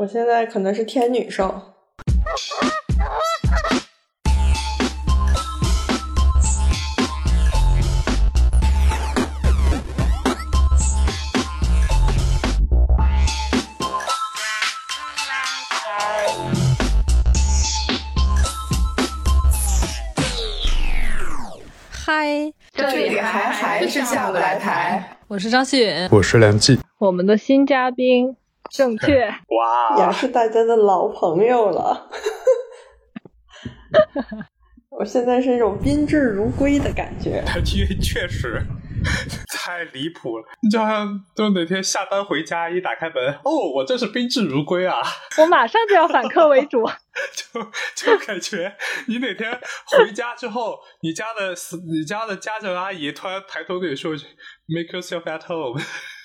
我现在可能是天女兽。 嗨， 这里还是下不来台。 我是张希允， 我是梁记。 我们的新嘉宾正确， 哇， 也是大家的老朋友了。我现在是一种宾至如归的感觉。 确实太离谱了，就好像就哪天下班回家一打开门，哦，我这是宾至如归啊， 我马上就要反客为主。 就感觉你哪天回家之后，你家的家政阿姨突然抬头对你说 "Make yourself at home"，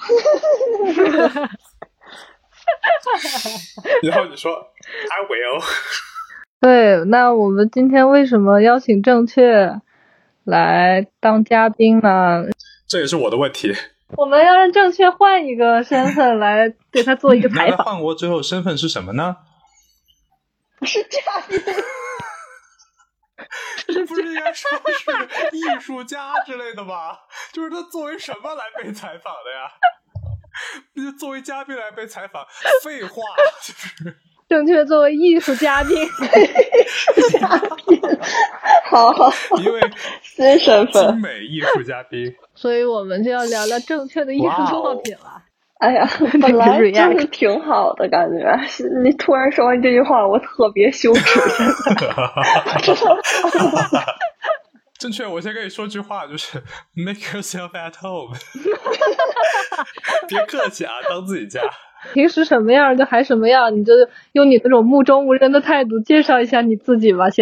然后你说 "I will"。 对，那我们今天为什么邀请正确来当嘉宾呢？ 这也是我的问题。 我们要让正确换一个身份来对他做一个采访。 那他换过之后身份是什么呢？ 不是嘉宾。 不是应该说是艺术家之类的吗？就是他作为什么来被采访的呀？作为嘉宾来被采访，废话，就是正确作为艺术嘉宾。 嘉宾，好， 因为新身份， 精美艺术嘉宾， 所以我们就要聊聊正确的艺术作品了。 哎呀，本来就是挺好的感觉，你突然说完这句话，我特别羞耻。 正确，我先跟你说句话，就是 make yourself at home。别客气啊，当自己家。 平时什么样就还什么样，你就用你那种目中无人的态度介绍一下你自己吧，先。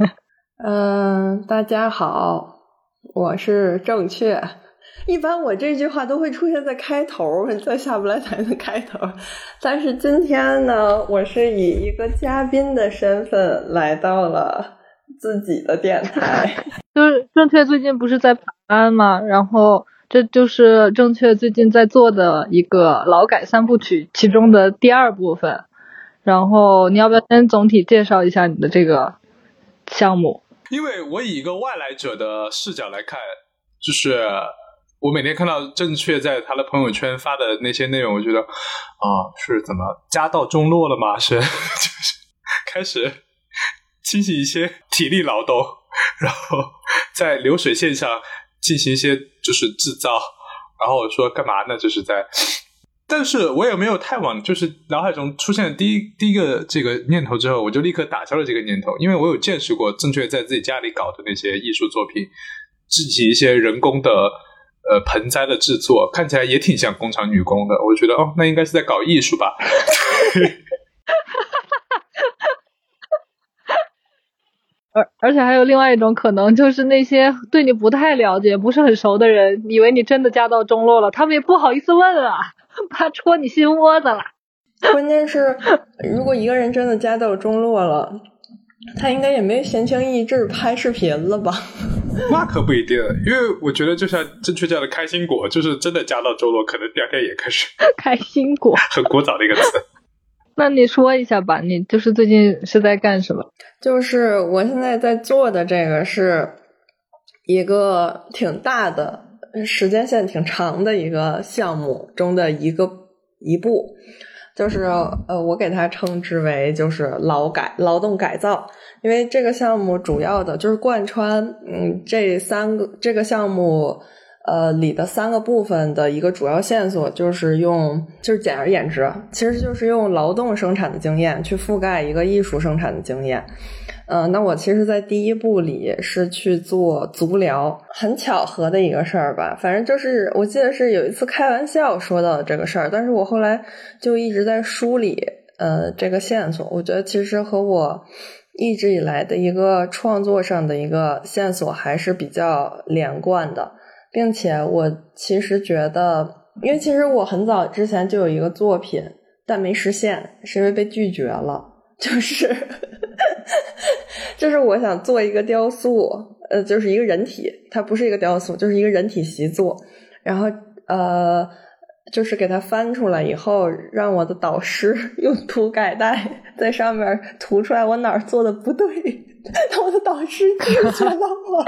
大家好，我是正确。一般我这句话都会出现在开头，在下不来台的开头。但是今天呢，我是以一个嘉宾的身份来到了自己的电台。 就是正确最近不是在爬鞍吗？然后这就是正确最近在做的一个劳改三部曲其中的第二部分。然后你要不要先总体介绍一下你的这个项目？ 因为我以一个外来者的视角来看，就是我每天看到正确在他的朋友圈发的那些内容，我觉得是怎么家道中落了吗？是就是开始进行一些体力劳动，然后在流水线上进行一些就是制造，然后我说干嘛呢？就是在，但是我也没有太往就是脑海中出现第一个这个念头之后，我就立刻打消了这个念头，因为我有见识过正确在自己家里搞的那些艺术作品，进行一些人工的盆栽的制作，看起来也挺像工厂女工的，我觉得那应该是在搞艺术吧。 而且还有另外一种可能，就是那些对你不太了解不是很熟的人以为你真的家道中落了，他们也不好意思问啊，怕戳你心窝子了。 关键是如果一个人真的家道中落了，他应该也没闲情逸致拍视频了吧？ 那可不一定，因为我觉得就像正确这样的开心果，就是真的家道中落，可能第二天也开始开心果， 很古早的一个词。 那你说一下吧，你就是最近是在干什么？ 就是我现在在做的这个是一个挺大的时间线挺长的一个项目中的一步，就是我给它称之为就是劳动改造，因为这个项目主要的就是贯穿这个项目里的3个部分的一个主要线索，就是简而言之，其实就是用劳动生产的经验去覆盖一个艺术生产的经验。那我其实在第一步里是去做足疗，很巧合的一个事儿吧，反正就是我记得是有一次开玩笑说到这个事儿，但是我后来就一直在梳理这个线索，我觉得其实和我一直以来的一个创作上的一个线索还是比较连贯的，并且我其实觉得，因为其实我很早之前就有一个作品，但没实现，是因为被拒绝了。就是我想做一个雕塑，就是一个人体，它不是一个雕塑，就是一个人体习作。然后就是给它翻出来以后，让我的导师用涂改带在上面涂出来我哪儿做的不对，那我的导师拒绝了我。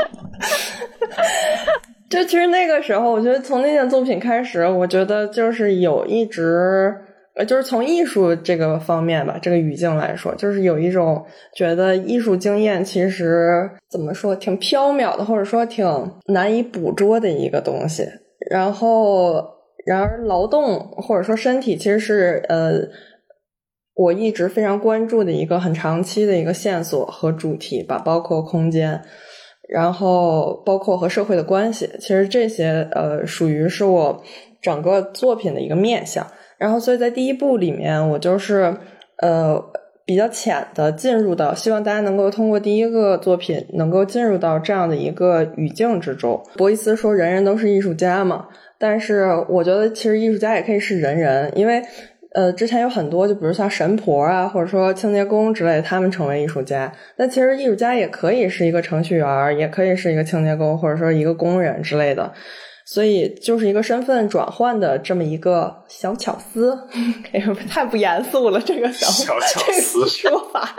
就其实那个时候，我觉得从那件作品开始，我觉得就是有一直就是从艺术这个方面吧，这个语境来说，就是有一种觉得艺术经验其实怎么说挺缥缈的，或者说挺难以捕捉的一个东西。然而劳动或者说身体其实是我一直非常关注的一个很长期的一个线索和主题吧，包括空间，然后包括和社会的关系，其实这些属于是我整个作品的一个面向。然后所以在第一部里面，我就是比较浅的进入到，希望大家能够通过第一个作品能够进入到这样的一个语境之中。博伊斯说人人都是艺术家嘛，但是我觉得其实艺术家也可以是人，因为之前有很多就比如像神婆啊，或者说清洁工之类，他们成为艺术家。那其实艺术家也可以是一个程序员，也可以是一个清洁工，或者说一个工人之类的。所以就是一个身份转换的这么一个小巧思。太不严肃了，这个小巧思这个说法。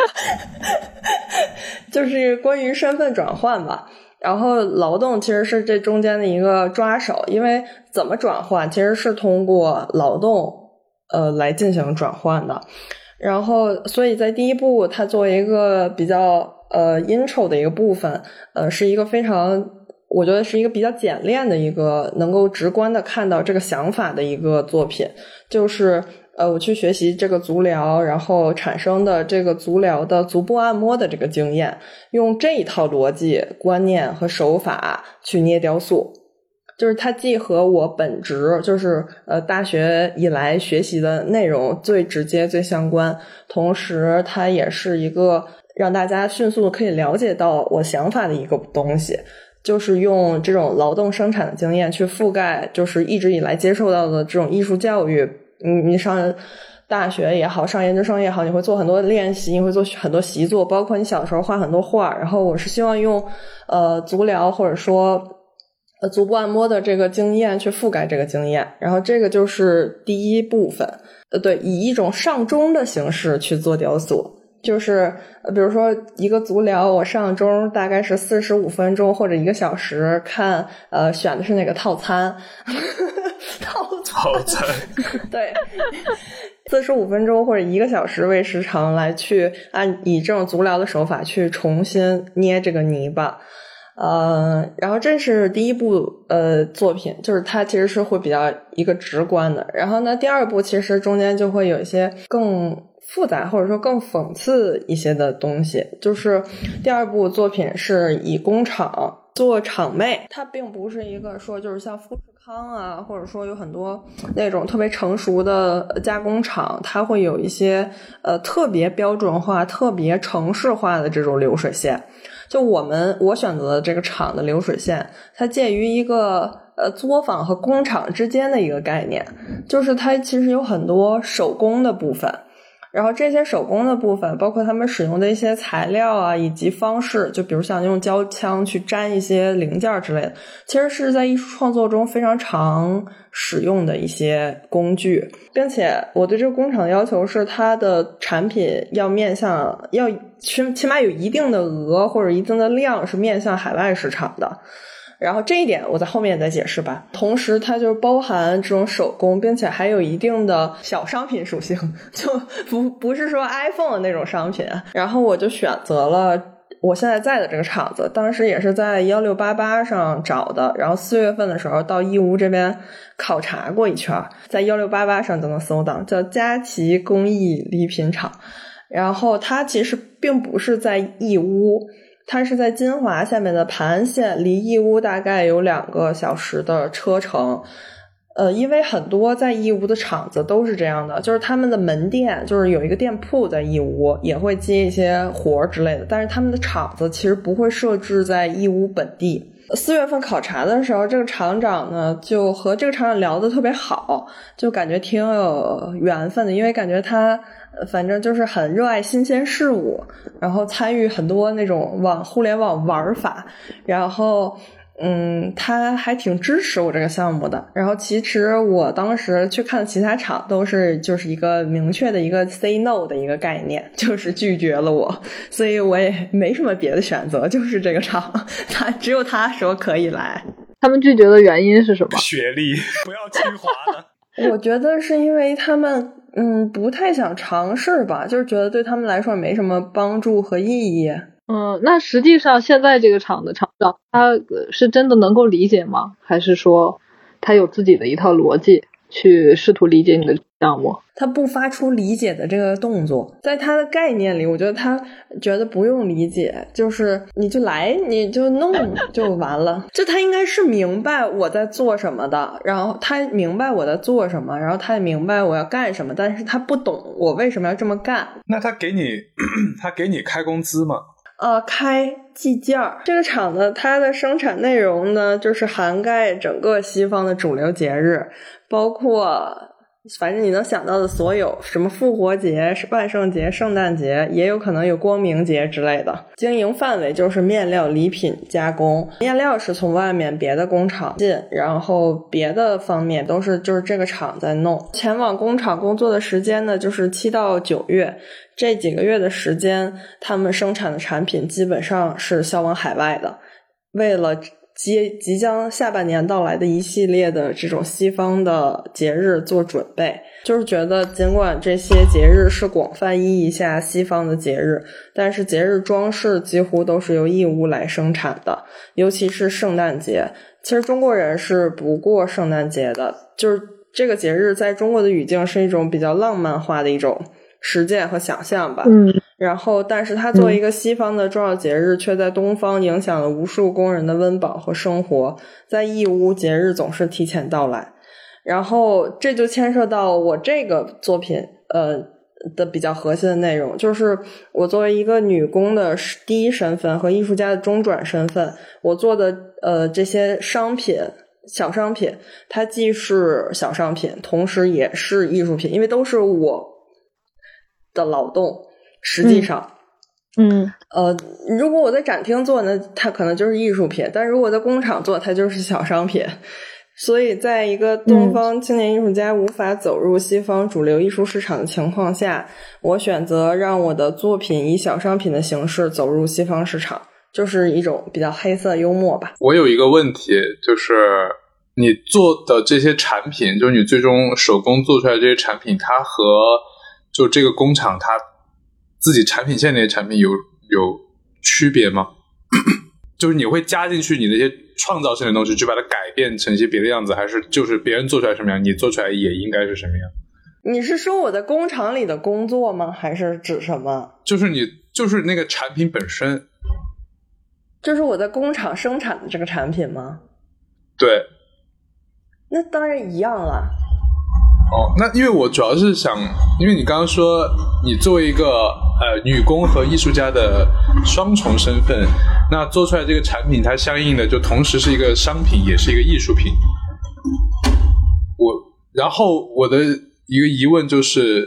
就是关于身份转换吧。然后劳动其实是这中间的一个抓手，因为怎么转换其实是通过劳动来进行转换的。然后所以在第一部它作为一个比较intro 的一个部分，是一个非常我觉得是一个比较简练的一个能够直观的看到这个想法的一个作品。就是我去学习这个足疗，然后产生的这个足疗的足部按摩的这个经验，用这一套逻辑观念和手法去捏雕塑。就是它既和我本职就是大学以来学习的内容最直接最相关，同时它也是一个让大家迅速可以了解到我想法的一个东西。就是用这种劳动生产的经验去覆盖就是一直以来接受到的这种艺术教育。你上大学也好，上研究生也好，你会做很多练习，你会做很多习作，包括你小时候画很多画。然后我是希望用足疗或者说足部按摩的这个经验去覆盖这个经验。然后这个就是第一部分，对，以一种上钟的形式去做雕塑。就是比如说一个足疗，我上钟大概是45分钟或者1个小时，看选的是哪个套餐。套餐对，45分钟或者1个小时为时长来去以这种足疗的手法去重新捏这个泥巴。然后这是第一部作品，就是它其实是会比较一个直观的。然后呢，第二部其实中间就会有一些更复杂或者说更讽刺一些的东西。就是第二部作品是以工厂做厂妹，它并不是一个说就是像富士康啊，或者说有很多那种特别成熟的加工厂，它会有一些特别标准化特别程式化的这种流水线。就我选择的这个厂的流水线，它介于一个作坊和工厂之间的一个概念，就是它其实有很多手工的部分。然后这些手工的部分包括他们使用的一些材料啊以及方式，就比如像用胶枪去粘一些零件之类的，其实是在艺术创作中非常常使用的一些工具。并且我对这个工厂的要求是它的产品要面向要起码有一定的额或者一定的量是面向海外市场的。然后这一点我在后面也再解释吧。同时它就包含这种手工，并且还有一定的小商品属性，就不是说 iPhone 的那种商品。然后我就选择了我现在在的这个厂子，当时也是在1688上找的，然后4月份的时候到义乌这边考察过一圈，在1688上就能搜到，叫佳琦工艺礼品厂。然后它其实并不是在义乌，它是在金华下面的盘安县，离义乌大概有2个小时的车程。因为很多在义乌的厂子都是这样的，就是他们的门店就是有一个店铺在义乌也会接一些活之类的，但是他们的厂子其实不会设置在义乌本地。4月份考察的时候，这个厂长呢就和这个厂长聊得特别好，就感觉挺有缘分的，因为感觉他反正就是很热爱新鲜事物，然后参与很多那种互联网玩法，然后他还挺支持我这个项目的。然后其实我当时去看其他场都是就是一个明确的一个 say no 的一个概念，就是拒绝了我，所以我也没什么别的选择，就是这个场，只有他说可以来。 他们拒绝的原因是什么？ 学历不要清华的。 我觉得是因为他们不太想尝试吧，就是觉得对他们来说没什么帮助和意义。 那实际上现在这个厂的厂长他是真的能够理解吗？还是说他有自己的一套逻辑去试图理解你的项目？ 他不发出理解的这个动作，在他的概念里，我觉得他觉得不用理解，就是你就来你就弄就完了。就他应该是明白我在做什么的，然后他明白我在做什么，然后他也明白我要干什么，但是他不懂我为什么要这么干。 那他给你开工资吗？ 开计件儿。这个厂子它的生产内容呢，就是涵盖整个西方的主流节日，包括反正你能想到的所有，什么复活节、万圣节、圣诞节，也有可能有光明节之类的。经营范围就是面料、礼品加工，面料是从外面别的工厂进，然后别的方面都是就是这个厂在弄。前往工厂工作的时间呢，就是7到9月。这几个月的时间，他们生产的产品基本上是销往海外的，为了即将下半年到来的一系列的这种西方的节日做准备。就是觉得尽管这些节日是广泛意义下西方的节日，但是节日装饰几乎都是由义乌来生产的，尤其是圣诞节。其实中国人是不过圣诞节的，就是这个节日在中国的语境是一种比较浪漫化的一种实践和想象吧。然后但是它作为一个西方的重要节日，却在东方影响了无数工人的温饱和生活。在义乌，节日总是提前到来，然后这就牵涉到我这个作品的比较核心的内容，就是我作为一个女工的第一身份和艺术家的中转身份，我做的这些商品小商品，它既是小商品，同时也是艺术品，因为都是我的劳动。实际上如果我在展厅做呢，它可能就是艺术品，但如果在工厂做，它就是小商品。所以在一个东方青年艺术家无法走入西方主流艺术市场的情况下，我选择让我的作品以小商品的形式走入西方市场，就是一种比较黑色幽默吧。 我有一个问题，就是你做的这些产品，就是你最终手工做出来的这些产品，它和就这个工厂它自己产品线那些产品有区别吗？就是你会加进去你那些创造性的东西，去把它改变成一些别的样子，还是就是别人做出来什么样，你做出来也应该是什么样？ 你是说我在工厂里的工作吗？还是指什么？ 就是那个产品本身， 就是我在工厂生产的这个产品吗？ 对， 那当然一样了。 那因为我主要是想，因为你刚刚说你作为一个女工和艺术家的双重身份，那做出来这个产品它相应的就同时是一个商品也是一个艺术品。然后我的一个疑问就是，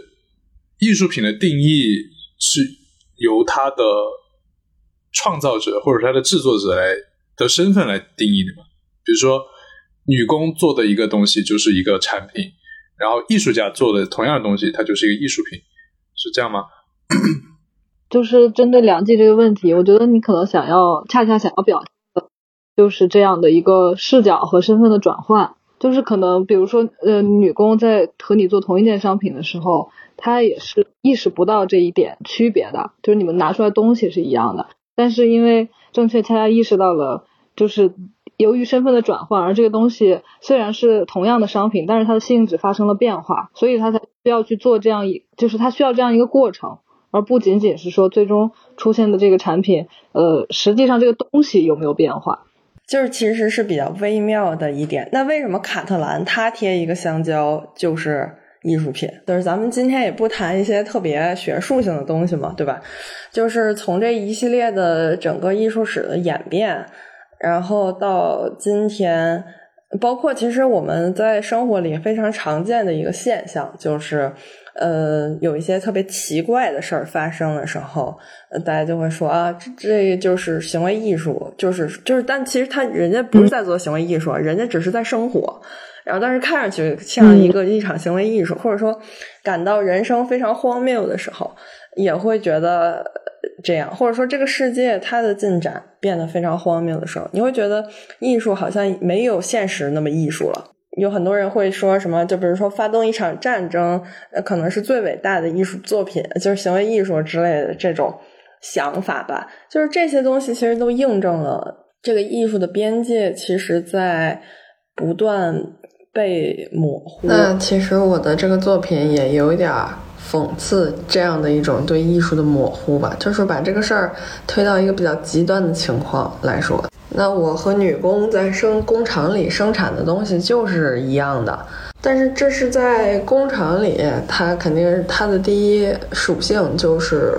艺术品的定义是由它的创造者或者它的制作者的身份来定义的吗？比如说女工做的一个东西就是一个产品，然后艺术家做的同样的东西它就是一个艺术品，是这样吗？ 就是针对两季这个问题，我觉得你可能恰恰想要表现的就是这样的一个视角和身份的转换。就是可能比如说女工在和你做同一件商品的时候，她也是意识不到这一点区别的，就是你们拿出来东西是一样的，但是因为正确恰恰意识到了，就是由于身份的转换，而这个东西虽然是同样的商品，但是它的性质发生了变化，所以它才需要去做就是它需要这样一个过程，而不仅仅是说最终出现的这个产品实际上这个东西有没有变化。 就是其实是比较微妙的一点。那为什么卡特兰它贴一个香蕉就是艺术品？就是咱们今天也不谈一些特别学术性的东西嘛，对吧？就是从这一系列的整个艺术史的演变，然后到今天，包括其实我们在生活里非常常见的一个现象，就是有一些特别奇怪的事儿发生的时候，大家就会说啊，这就是行为艺术，就是，但其实人家不是在做行为艺术，人家只是在生活。然后但是看上去像一场行为艺术，或者说感到人生非常荒谬的时候，也会觉得这样，或者说这个世界它的进展变得非常荒谬的时候，你会觉得艺术好像没有现实那么艺术了。有很多人会说什么，就比如说发动一场战争，可能是最伟大的艺术作品，就是行为艺术之类的这种想法吧。就是这些东西其实都印证了这个艺术的边界其实在不断被模糊。那其实我的这个作品也有一点讽刺这样的一种对艺术的模糊吧，就是把这个事儿推到一个比较极端的情况来说。那我和女工在工厂里生产的东西就是一样的，但是这是在工厂里，它肯定是它的第一属性是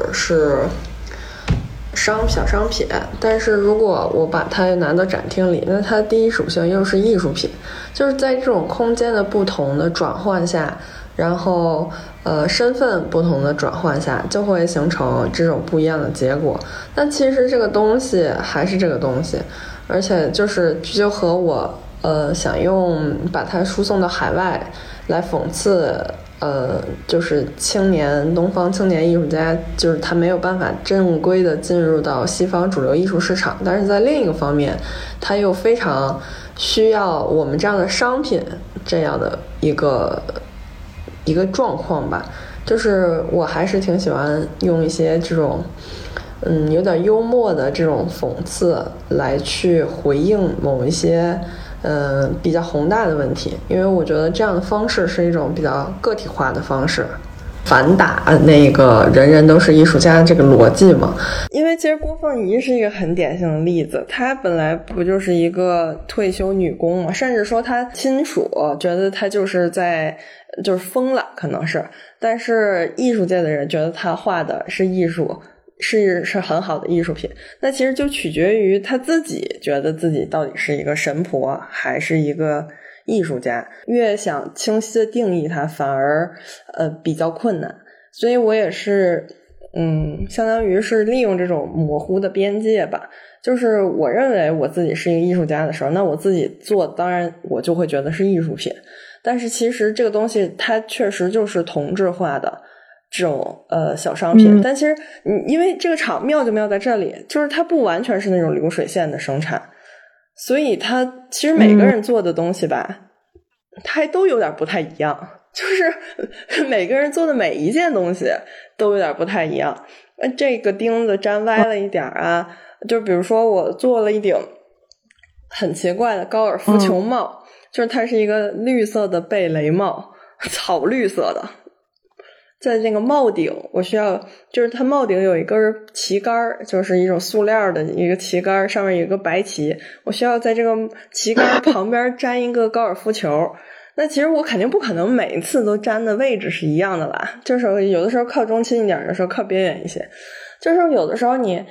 小商品，但是如果我把它拿到展厅里，那它的第一属性又是艺术品，就是在这种空间的不同的转换下，然后身份不同的转换下，就会形成这种不一样的结果。但其实这个东西还是这个东西，而且就和我想用把它输送到海外来讽刺就是东方青年艺术家，就是他没有办法正规的进入到西方主流艺术市场，但是在另一个方面他又非常需要我们这样的商品这样的一个状况吧。就是我还是挺喜欢用一些这种有点幽默的这种讽刺来去回应某一些比较宏大的问题，因为我觉得这样的方式是一种比较个体化的方式，反打那个人人都是艺术家这个逻辑嘛。因为其实郭凤仪是一个很典型的例子，她本来不就是一个退休女工嘛，甚至说她亲属觉得她就是疯了，可能是，但是艺术界的人觉得她画的是艺术，是很好的艺术品。那其实就取决于他自己觉得自己到底是一个神婆还是一个艺术家，越想清晰的定义它反而比较困难。所以我也是相当于是利用这种模糊的边界吧，就是我认为我自己是一个艺术家的时候，那我自己做当然我就会觉得是艺术品，但是其实这个东西它确实就是同质化的这种小商品，但其实因为这个厂妙就妙在这里，就是它不完全是那种流水线的生产，所以它其实每个人做的东西吧，它还都有点不太一样，就是每个人做的每一件东西都有点不太一样。这个钉子粘歪了一点啊，就比如说我做了一顶很奇怪的高尔夫球帽，就是它是一个绿色的贝雷帽，草绿色的。在这个帽顶我需要，就是它帽顶有一根旗杆，就是一种塑料的一个旗杆，上面有一个白旗，我需要在这个旗杆旁边粘一个高尔夫球。那其实我肯定不可能每一次都粘的位置是一样的啦，就是有的时候靠中心一点，有的时候靠边缘一些，就是有的时候你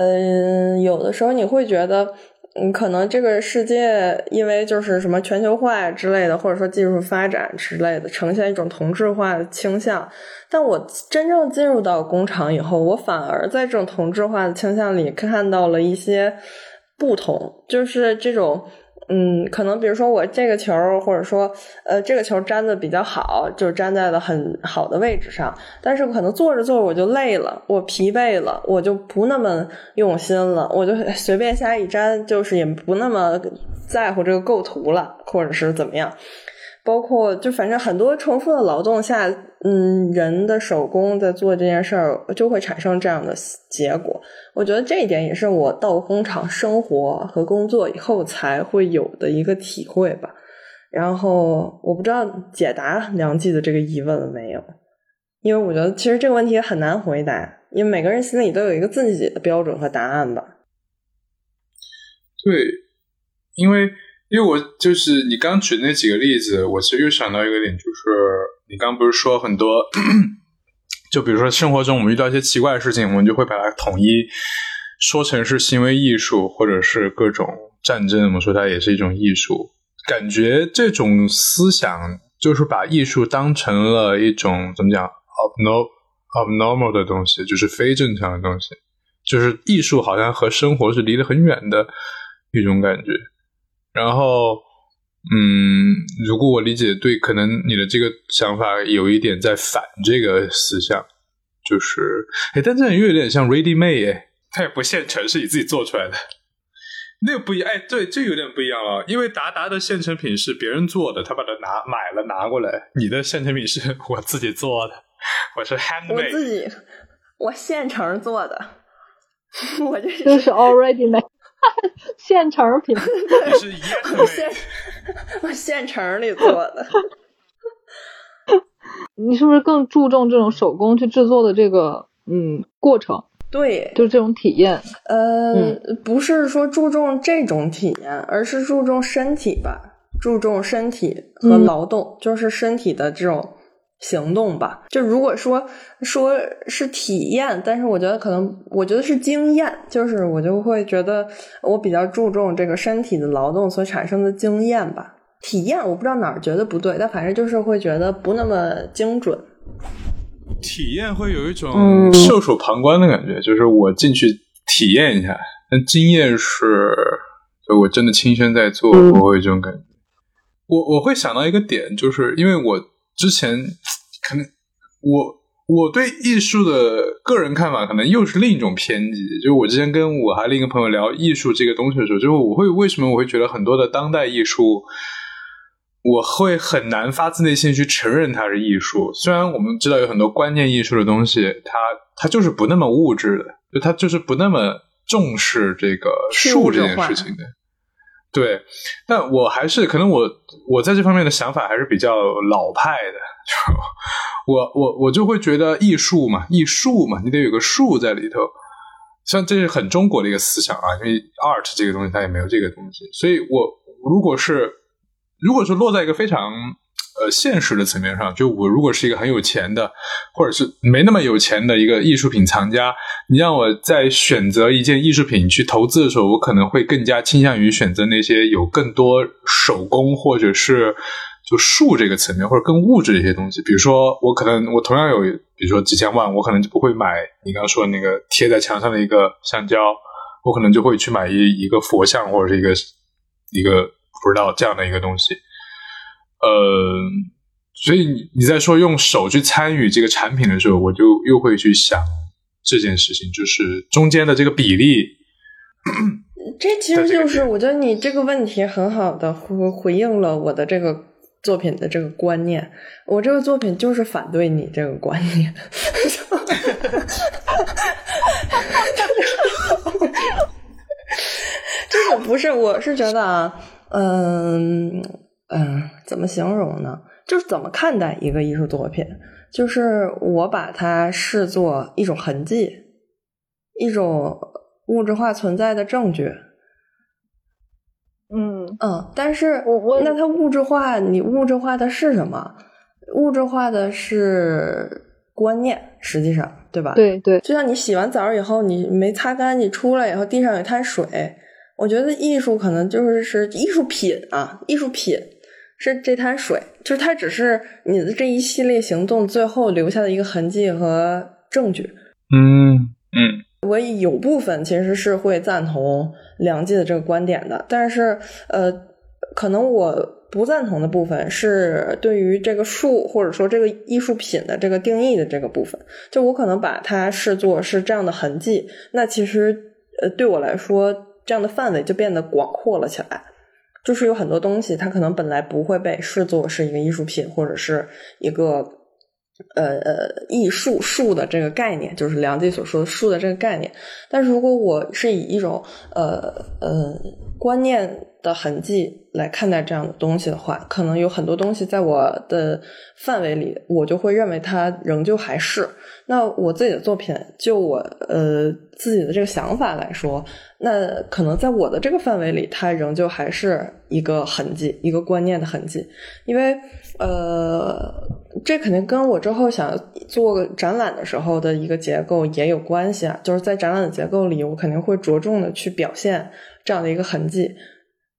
会觉得可能这个世界因为就是什么全球化之类的，或者说技术发展之类的，呈现一种同质化的倾向。但我真正进入到工厂以后，我反而在这种同质化的倾向里看到了一些不同，就是这种可能比如说我这个球，或者说这个球粘的比较好，就粘在了很好的位置上，但是可能做着做着我就累了，我疲惫了，我就不那么用心了，我就随便瞎一粘，就是也不那么在乎这个构图了，或者是怎么样。包括就反正很多重复的劳动下，人的手工在做这件事儿就会产生这样的结果。我觉得这一点也是我到工厂生活和工作以后才会有的一个体会吧。然后我不知道解答梁记的这个疑问了没有，因为我觉得其实这个问题很难回答，因为每个人心里都有一个自己的标准和答案吧。 对，因为我就是你刚举那几个例子，我其实又想到一个点，就是你刚不是说很多就比如说生活中我们遇到一些奇怪的事情，我们就会把它统一说成是行为艺术，或者是各种战争我们说它也是一种艺术。感觉这种思想就是把艺术当成了一种怎么讲 abnormal 的东西，就是非正常的东西，就是艺术好像和生活是离得很远的一种感觉。然后如果我理解对，可能你的这个想法有一点在反这个思想，就是但这又有点像 ready made， 它也不现成，是你自己做出来的，那个不一样。对，这有点不一样了，因为达达的现成品是别人做的，他把它买了拿过来，你的现成品是我自己做的，我是 handmade， 我现成做的，我这是 already made 现成品， 你是 yet made， 我现成里做的。 你是不是更注重这种手工去制作的这个过程？ 对， 就是这种体验。 不是说注重这种体验，而是注重身体吧，注重身体和劳动，就是身体的这种行动吧。就如果说是体验，但是我觉得是经验，就是我就会觉得我比较注重这个身体的劳动所产生的经验吧。体验我不知道哪儿觉得不对，但反正就是会觉得不那么精准。 体验会有一种袖手旁观的感觉，就是我进去体验一下，但经验是就我真的亲身在做，我会有这种感觉。我会想到一个点，就是因为我之前可能我对艺术的个人看法可能又是另一种偏激，就是我之前跟我还另一个朋友聊艺术这个东西的时候，就是为什么我会觉得很多的当代艺术我会很难发自内心去承认它是艺术。虽然我们知道有很多观念艺术的东西它就是不那么物质的，就它就是不那么重视这个术这件事情的。对，但我还是可能我在这方面的想法还是比较老派的，我就会觉得艺术嘛，你得有个术在里头。虽然这是很中国的一个思想啊，因为 art 这个东西它也没有这个东西，所以我如果是落在一个非常现实的层面上，就我如果是一个很有钱的或者是没那么有钱的一个艺术品藏家，你让我在选择一件艺术品去投资的时候，我可能会更加倾向于选择那些有更多手工或者是就术这个层面或者更物质的一些东西。比如说我同样有比如说几千万，我可能就不会买你刚刚说的那个贴在墙上的一个橡胶，我可能就会去买一个佛像或者是一个不知道这样的一个东西。所以你在说用手去参与这个产品的时候，我就又会去想这件事情，就是中间的这个比例。 这其实就是我觉得你这个问题很好的回应了我的这个作品的这个观念。我这个作品就是反对你这个观念。这个不是，我是觉得啊，怎么形容呢？就是怎么看待一个艺术作品，就是我把它视作一种痕迹，一种物质化存在的证据。但是那它物质化，你物质化的是什么？物质化的是观念，实际上，对吧？ 对对， 就像你洗完澡以后，你没擦干，你出来以后地上有滩水，我觉得艺术可能就是艺术品啊，艺术品是这滩水，就是它只是你的这一系列行动最后留下的一个痕迹和证据。我有部分其实是会赞同梁冀的这个观点的，但是可能我不赞同的部分是对于这个术或者说这个艺术品的这个定义的这个部分，就我可能把它视作是这样的痕迹，那其实对我来说这样的范围就变得广阔了起来，就是有很多东西它可能本来不会被视作是一个艺术品或者是一个艺术的这个概念，就是梁冀所说的术的这个概念，但是如果我是以一种观念的痕迹来看待这样的东西的话，可能有很多东西在我的范围里，我就会认为它仍旧还是。那我自己的作品，就我自己的这个想法来说，那可能在我的这个范围里，它仍旧还是一个痕迹，一个观念的痕迹。因为这肯定跟我之后想做个展览的时候的一个结构也有关系啊。就是在展览的结构里，我肯定会着重的去表现这样的一个痕迹。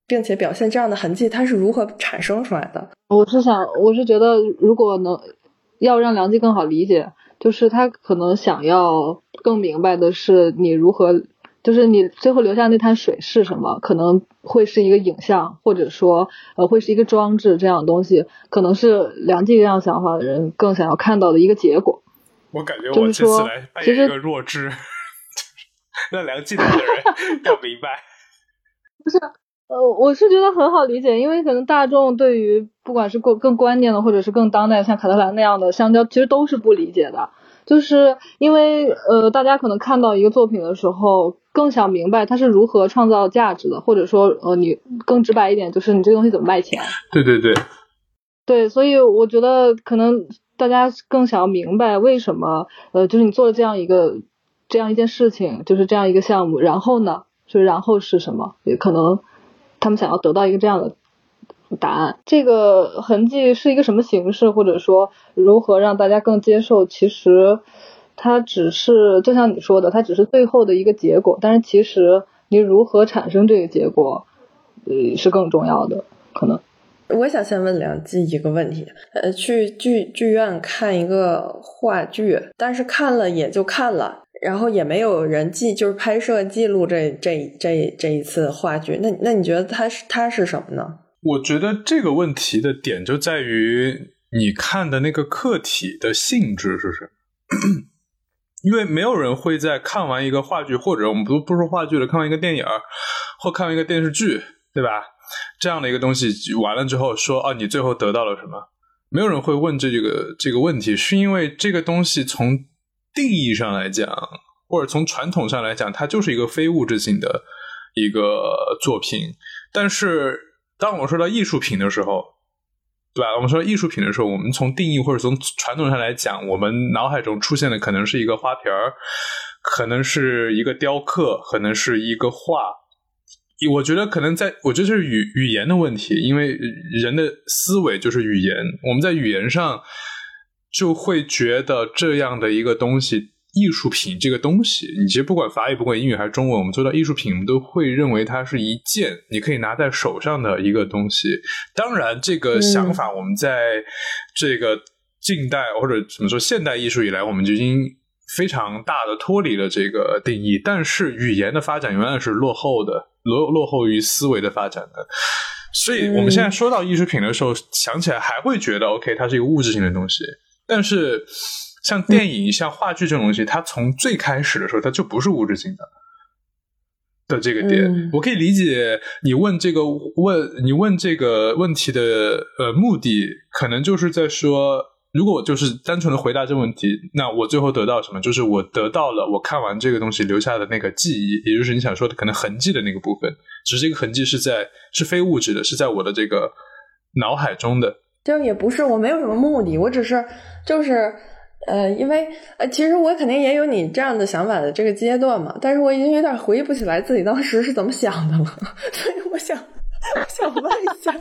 并且表现这样的痕迹，它是如何产生出来的？ 我是觉得，如果要让梁冀更好理解，就是他可能想要更明白的是你如何，就是你最后留下那滩水是什么，可能会是一个影像，或者说会是一个装置，这样的东西可能是梁冀这样想法的人更想要看到的一个结果。 我感觉我这次来扮演一个弱智，让梁冀的人要明白。 不是，我是觉得很好理解，因为可能大众对于不管是更观念的，或者是更当代像卡特兰那样的香蕉，其实都是不理解的。就是因为大家可能看到一个作品的时候，更想明白它是如何创造价值的，或者说你更直白一点，就是你这个东西怎么卖钱。 对， 所以我觉得可能大家更想要明白为什么就是你做了这样一件事情，就是这样一个项目，然后呢，就然后是什么，也可能他们想要得到一个这样的答案。这个痕迹是一个什么形式，或者说如何让大家更接受，其实它只是就像你说的，它只是最后的一个结果，但是其实你如何产生这个结果是更重要的。可能我想先问梁冀一个问题，去剧院看一个话剧，但是看了也就看了，然后也没有人就是拍摄记录这一次话剧，那你觉得它是什么呢？ 我觉得这个问题的点就在于你看的那个客体的性质是什么。因为没有人会在看完一个话剧，或者我们不说话剧了，看完一个电影或看完一个电视剧，对吧，这样的一个东西完了之后说你最后得到了什么，没有人会问这个问题，是因为这个东西从定义上来讲，或者从传统上来讲，它就是一个非物质性的一个作品。但是当我们说到艺术品的时候，对吧，我们说艺术品的时候，我们从定义或者从传统上来讲，我们脑海中出现的可能是一个花瓶，可能是一个雕刻，可能是一个画。我觉得这是语言的问题，因为人的思维就是语言，我们在语言上就会觉得这样的一个东西，艺术品这个东西，你其实不管法语不管英语还是中文，我们做到艺术品，我们都会认为它是一件你可以拿在手上的一个东西。当然这个想法我们在这个近代或者怎么说现代艺术以来，我们就已经非常大的脱离了这个定义，但是语言的发展永远是落后于思维的发展的。所以我们现在说到艺术品的时候，想起来还会觉得 OK 它是一个物质性的东西，但是像电影像话剧这种东西，它从最开始的时候它就不是物质性的这个点。我可以理解你问这个问题的目的，可能就是在说，如果我就是单纯的回答这个问题，那我最后得到什么，就是我得到了我看完这个东西留下的那个记忆，也就是你想说的可能痕迹的那个部分，只是这个痕迹是非物质的，是在我的这个脑海中的。 就也不是，我没有什么目的，我只是就是因为其实我肯定也有你这样的想法的这个阶段嘛，但是我已经有点回忆不起来自己当时是怎么想的了，所以我想问一下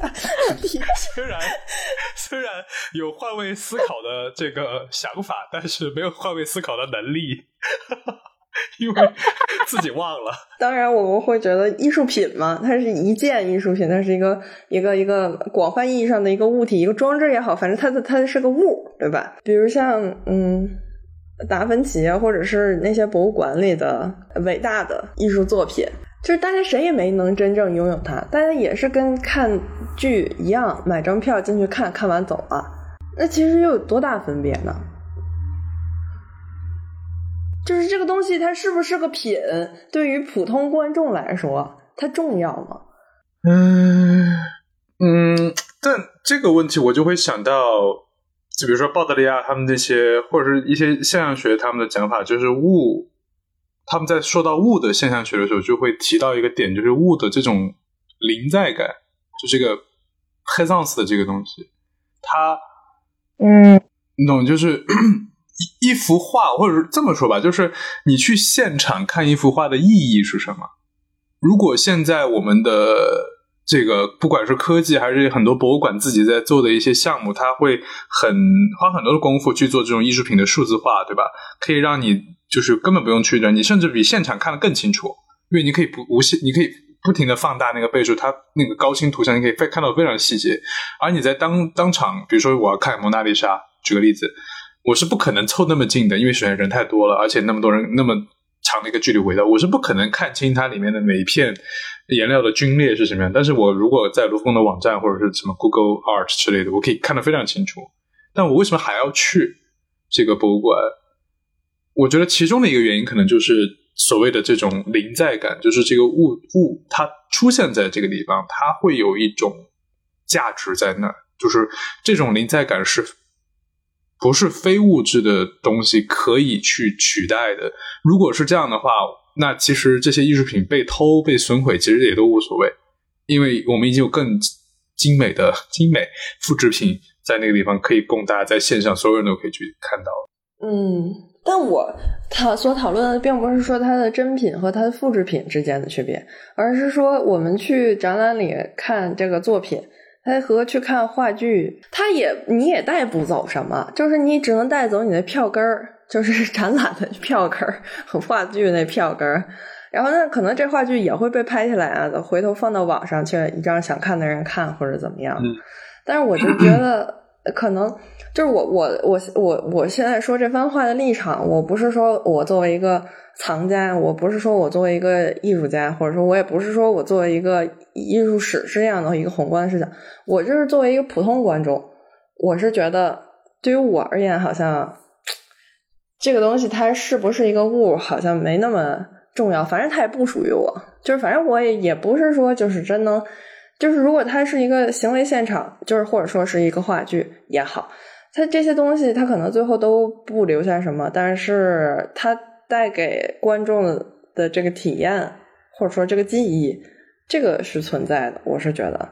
虽然有换位思考的这个想法，但是没有换位思考的能力因为自己忘了。 当然我们会觉得艺术品嘛，它是一件艺术品，它是一个广泛意义上的一个物体，一个装置也好，反正它是个物，对吧？比如像达芬奇或者是那些博物馆里的伟大的艺术作品，就是大家谁也没能真正拥有它，大家也是跟看剧一样，买张票进去看完走了，那其实又有多大分别呢？就是这个东西它是不是个品，对于普通观众来说它重要吗？ 但这个问题我就会想到，就比如说鲍德利亚他们这些，或者是一些现象学他们的讲法，就是物，他们在说到物的现象学的时候就会提到一个点，就是物的这种临在感，就这个 présence 的这个东西，它你懂，就是一幅画，或者是这么说吧，就是你去现场看一幅画的意义是什么？如果现在我们的这个不管是科技还是很多博物馆自己在做的一些项目，它会花很多的功夫去做这种艺术品的数字化，对吧？可以让你就是根本不用去人，你甚至比现场看得更清楚，因为你可以不停的放大那个倍数，它那个高清图像你可以看到非常细节。而你在当场，比如说我要看蒙娜丽莎，举个例子，我是不可能凑那么近的，因为首先人太多了，而且那么多人那么长的一个距离围到，我是不可能看清它里面的每一片颜料的皲裂是什么样。但是我如果在卢浮宫的网站或者是什么 Google Art 之类的，我可以看得非常清楚。但我为什么还要去这个博物馆？我觉得其中的一个原因可能就是所谓的这种临在感，就是这个物它出现在这个地方，它会有一种价值在那儿，就是这种临在感是不是非物质的东西可以去取代的。如果是这样的话，那其实这些艺术品被偷被损毁其实也都无所谓，因为我们已经有更精美复制品在那个地方可以供大家在线上所有人都可以去看到。 但他所讨论的并不是说它的真品和它的复制品之间的区别，而是说我们去展览里看这个作品，它和去看话剧，你也带不走什么，就是你只能带走你的票根儿，就是展览的票根儿和话剧那票根儿。然后呢，可能这话剧也会被拍下来啊，回头放到网上去让想看的人看或者怎么样。但是我就觉得可能就是我现在说这番话的立场，我不是说我作为一个藏家，我不是说我作为一个艺术家，或者说我也不是说我作为一个艺术史是这样的一个宏观的视角，我就是作为一个普通观众，我是觉得对于我而言，好像这个东西它是不是一个物好像没那么重要，反正它也不属于我，就是反正我也不是说就是真能，就是如果它是一个行为现场，就是或者说是一个话剧也好，它这些东西它可能最后都不留下什么，但是它带给观众的这个体验或者说这个记忆，这个是存在的，我是觉得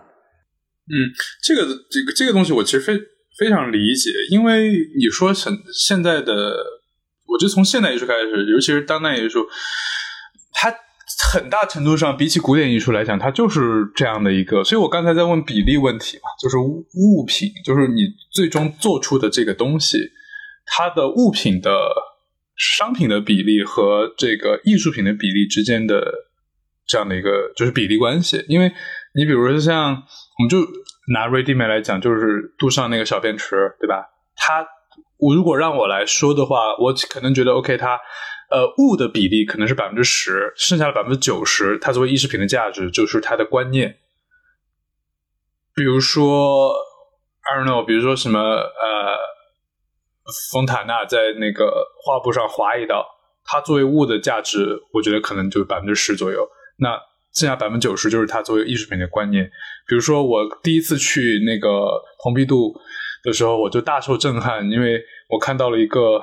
这个东西我其实非常理解，因为你说现在的，我觉得从现代艺术开始，尤其是当代艺术，它很大程度上比起古典艺术来讲，它就是这样的一个。所以我刚才在问比例问题嘛，就是物品，就是你最终做出的这个东西，它的物品的商品的比例和这个艺术品的比例之间的这样的一个就是比例关系。因为你比如说像我们就拿 Ready-Made 来讲，就是杜尚那个小便池，对吧？我如果让我来说的话，我可能觉得 OK， 它物的比例可能是 10%， 剩下的 90%， 它作为艺术品的价值就是它的观念。比如说 I don't know， 比如说什么丰塔纳在那个画布上划一道，它作为物的价值我觉得可能就 10% 左右，那剩下 90% 就是它作为艺术品的观念。比如说我第一次去那个蓬皮杜的时候，我就大受震撼，因为我看到了一个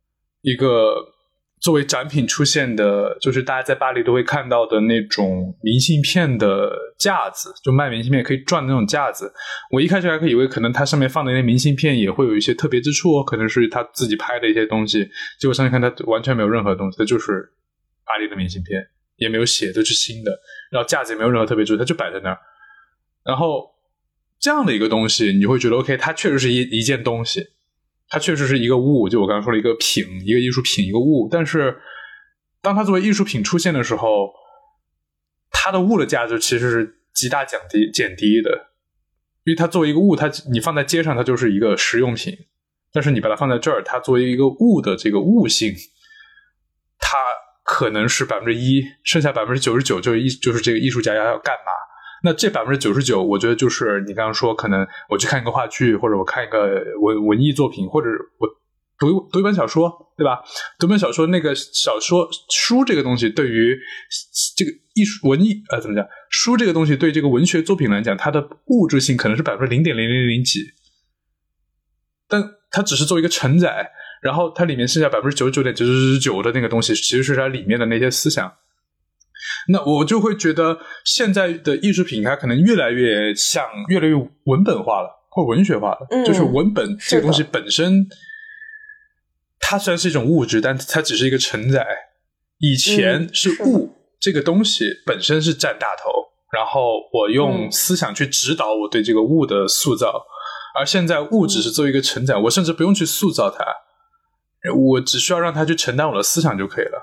作为展品出现的，就是大家在巴黎都会看到的那种明信片的架子，就卖明信片可以转的那种架子。我一开始还可以以为可能它上面放的那些明信片也会有一些特别之处，可能是他自己拍的一些东西，结果上去看它完全没有任何东西，它就是巴黎的明信片，也没有写，都是新的，然后架子也没有任何特别之处，它就摆在那儿。然后这样的一个东西你会觉得 OK， 它确实是一件东西，它确实是一个物，就我刚刚说了一个品，一个艺术品，一个物。但是当它作为艺术品出现的时候，它的物的价值其实是极大减低的，因为它作为一个物，你放在街上它就是一个实用品，但是你把它放在这儿，它作为一个物的这个物性，它可能是 1%， 剩下 99% 就是这个艺术家要干嘛。那这 99% 我觉得就是你刚刚说可能我去看一个话剧，或者我看一个文艺作品，或者我读一本小说，对吧？读本小说，那个小说书这个东西对于这个艺术文艺怎么讲，书这个东西对这个文学作品来讲，它的物质性可能是 0.0000 几，但它只是做一个承载，然后它里面剩下 99.999% 的那个东西其实是它里面的那些思想。那我就会觉得现在的艺术品它可能越来越文本化了，或文学化了，就是文本这个东西本身它虽然是一种物质，但它只是一个承载。以前是物这个东西本身是占大头，然后我用思想去指导我对这个物的塑造，而现在物只是作为一个承载，我甚至不用去塑造它，我只需要让它去承担我的思想就可以了。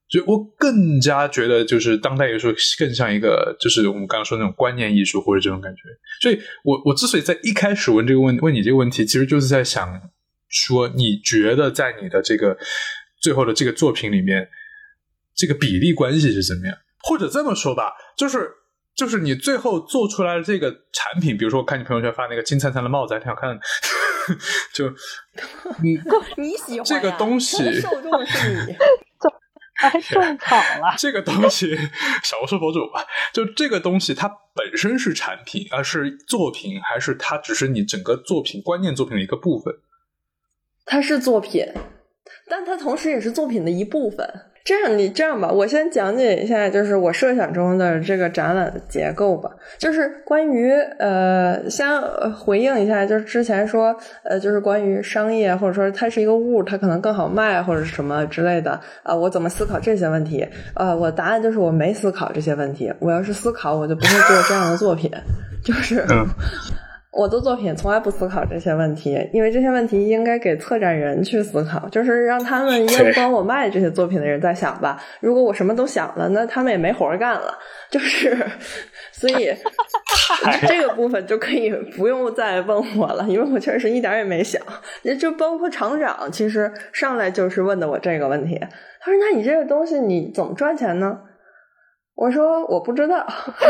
所以我更加觉得就是当代艺术更像一个就是我们刚刚说那种观念艺术或者这种感觉。所以我之所以在一开始问你这个问题，其实就是在想说你觉得在你的这个最后的这个作品里面这个比例关系是怎么样，或者这么说吧，就是你最后做出来的这个产品，比如说我看你朋友圈发那个金灿灿的帽子还挺好看的就你喜欢、啊、 这个东西受众是你还种草了这个东西少数博主吧，就这个东西它本身是产品而是作品，还是它只是你整个作品观念作品的一个部分？ 它是作品，但它同时也是作品的一部分。你这样吧，我先讲解一下，就是我设想中的这个展览的结构吧。就是关于先回应一下，就是之前说就是关于商业或者说它是一个物，它可能更好卖或者什么之类的我怎么思考这些问题？我答案就是我没思考这些问题。我要是思考，我就不会做这样的作品。就是我的作品从来不思考这些问题，因为这些问题应该给策展人去思考，就是让他们要帮我卖这些作品的人在想吧。如果我什么都想了，那他们也没活干了。就是所以这个部分就可以不用再问我了，因为我确实一点也没想。就包括厂长其实上来就是问的我这个问题，他说那你这个东西你怎么赚钱呢？我说我不知道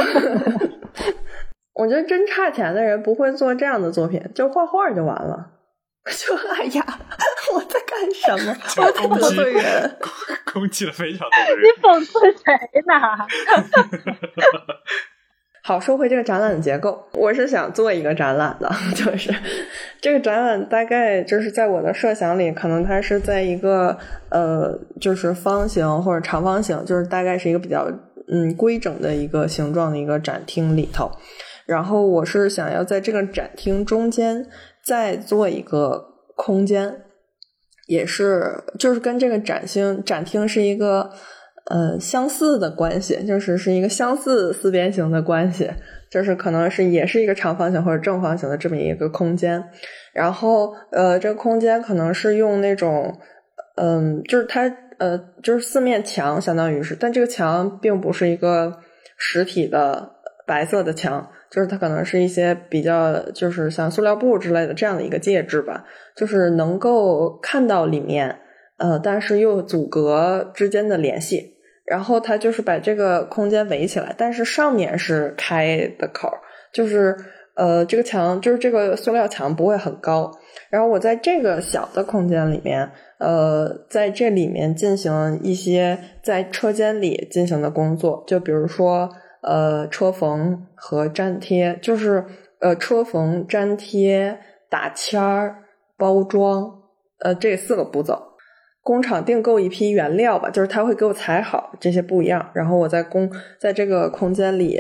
我觉得真差钱的人不会做这样的作品，就画画就完了。就哎呀，我在干什么？我在得罪人， 攻击了非常多的人。 你讽刺谁呢？ 好，说回这个展览的结构，我是想做一个展览的，就是这个展览大概就是在我的设想里，可能它是在一个就是方形或者长方形，就是大概是一个比较规整的一个形状的一个展厅里头。然后我是想要在这个展厅中间再做一个空间，也是就是跟这个展厅是一个相似的关系，就是一个相似四边形的关系，就是可能是也是一个长方形或者正方形的这么一个空间。然后这个空间可能是用那种就是它就是四面墙相当于是，但这个墙并不是一个实体的白色的墙，就是它可能是一些比较就是像塑料布之类的这样的一个介质吧，就是能够看到里面但是又阻隔之间的联系。然后它就是把这个空间围起来，但是上面是开的口，就是这个墙就是这个塑料墙不会很高。然后我在这个小的空间里面在这里面进行一些在车间里进行的工作，就比如说车缝和粘贴，就是车缝、粘贴、打签儿、包装这4个步骤。工厂订购一批原料吧，就是他会给我裁好这些不一样，然后我在这个空间里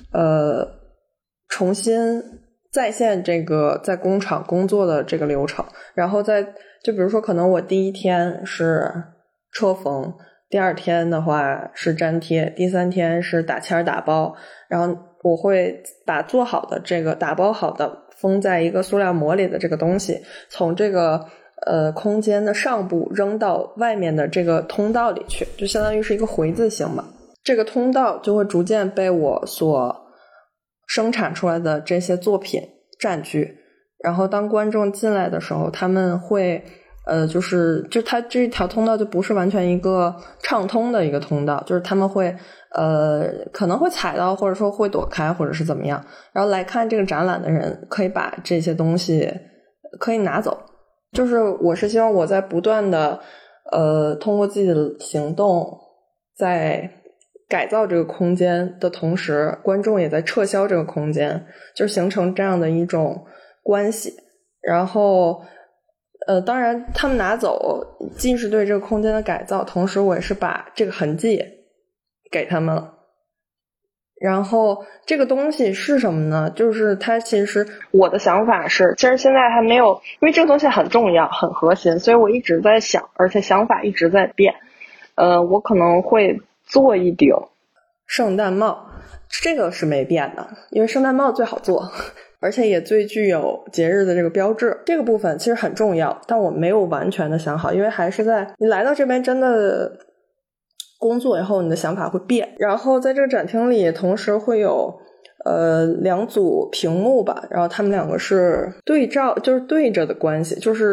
重新再现这个在工厂工作的这个流程。然后就比如说可能我第一天是车缝，第2天的话是粘贴，第3天是打签打包，然后我会把做好的这个打包好的封在一个塑料膜里的这个东西从这个空间的上部扔到外面的这个通道里去，就相当于是一个回字形嘛。这个通道就会逐渐被我所生产出来的这些作品占据，然后当观众进来的时候，他们会就它这条通道就不是完全一个畅通的一个通道，就是他们会可能会踩到，或者说会躲开，或者是怎么样。然后来看这个展览的人可以把这些东西可以拿走，就是我是希望我在不断的通过自己的行动在改造这个空间的同时，观众也在撤销这个空间，就形成这样的一种关系。然后当然他们拿走既是对这个空间的改造，同时我也是把这个痕迹给他们了。然后这个东西是什么呢？就是它其实我的想法是，其实现在还没有，因为这个东西很重要很核心，所以我一直在想，而且想法一直在变。我可能会做一顶圣诞帽，这个是没变的，因为圣诞帽最好做，而且也最具有节日的这个标志。这个部分其实很重要，但我没有完全的想好，因为还是在你来到这边真的工作以后你的想法会变。然后在这个展厅里同时会有2组屏幕吧，然后他们2个是对照，就是对着的关系，就是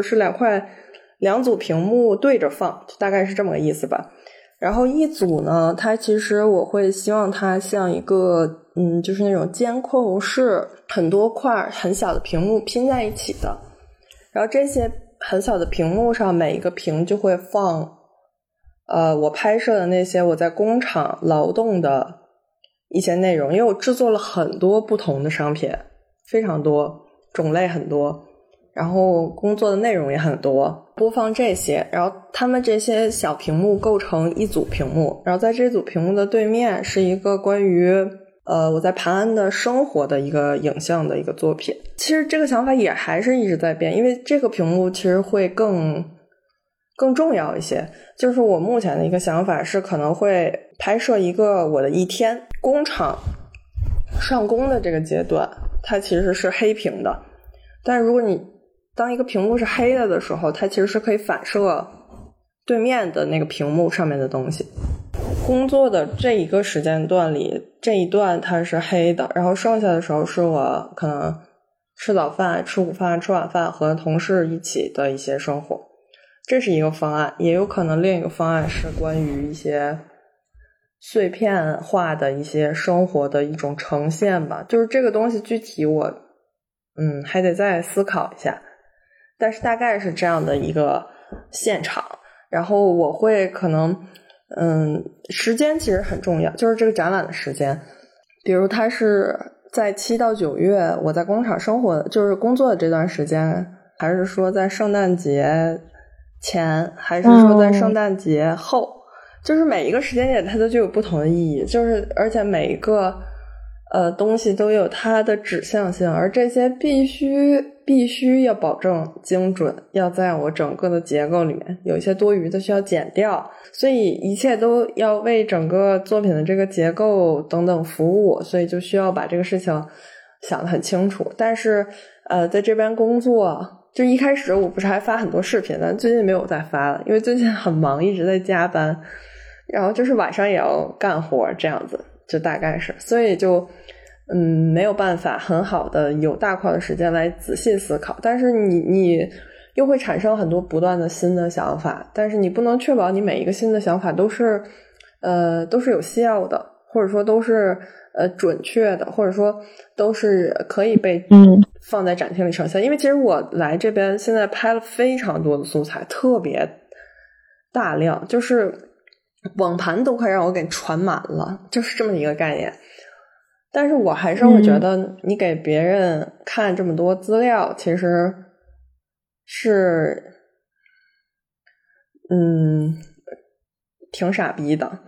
2组屏幕对着放，大概是这么个意思吧。然后一组呢，它其实我会希望它像一个就是那种监控室，很多块很小的屏幕拼在一起的，然后这些很小的屏幕上每一个屏就会放我拍摄的那些我在工厂劳动的一些内容，因为我制作了很多不同的商品，非常多，种类很多，然后工作的内容也很多，播放这些，然后他们这些小屏幕构成一组屏幕，然后在这组屏幕的对面是一个关于我在盘安的生活的一个影像的一个作品。其实这个想法也还是一直在变，因为这个屏幕其实会更重要一些。就是我目前的一个想法是可能会拍摄一个我的一天，工厂上工的这个阶段它其实是黑屏的，但是如果你当一个屏幕是黑的时候，它其实是可以反射对面的那个屏幕上面的东西。工作的这一个时间段里，这一段它是黑的，然后剩下的时候是我可能吃早饭、吃午饭、吃晚饭和同事一起的一些生活，这是一个方案。也有可能另一个方案是关于一些碎片化的一些生活的一种呈现吧，就是这个东西具体我还得再思考一下，但是大概是这样的一个现场。然后我会可能时间其实很重要，就是这个展览的时间，比如它是在7到9月我在工厂生活就是工作的这段时间，还是说在圣诞节前，还是说在圣诞节后，就是每一个时间点它都具有不同的意义，就是而且每一个东西都有它的指向性，而这些必须要保证精准，要在我整个的结构里面，有一些多余的需要减掉，所以一切都要为整个作品的这个结构等等服务，所以就需要把这个事情想得很清楚。但是在这边工作，就一开始我不是还发很多视频，但最近没有再发了，因为最近很忙，一直在加班，然后就是晚上也要干活这样子，就大概是，所以就没有办法很好的有大块的时间来仔细思考。但是你又会产生很多不断的新的想法，但是你不能确保你每一个新的想法都是有效的，或者说都是准确的，或者说都是可以被放在展厅里呈现。因为其实我来这边现在拍了非常多的素材，特别大量，就是网盘都快让我给传满了，就是这么一个概念。但是我还是会觉得你给别人看这么多资料其实是挺傻逼的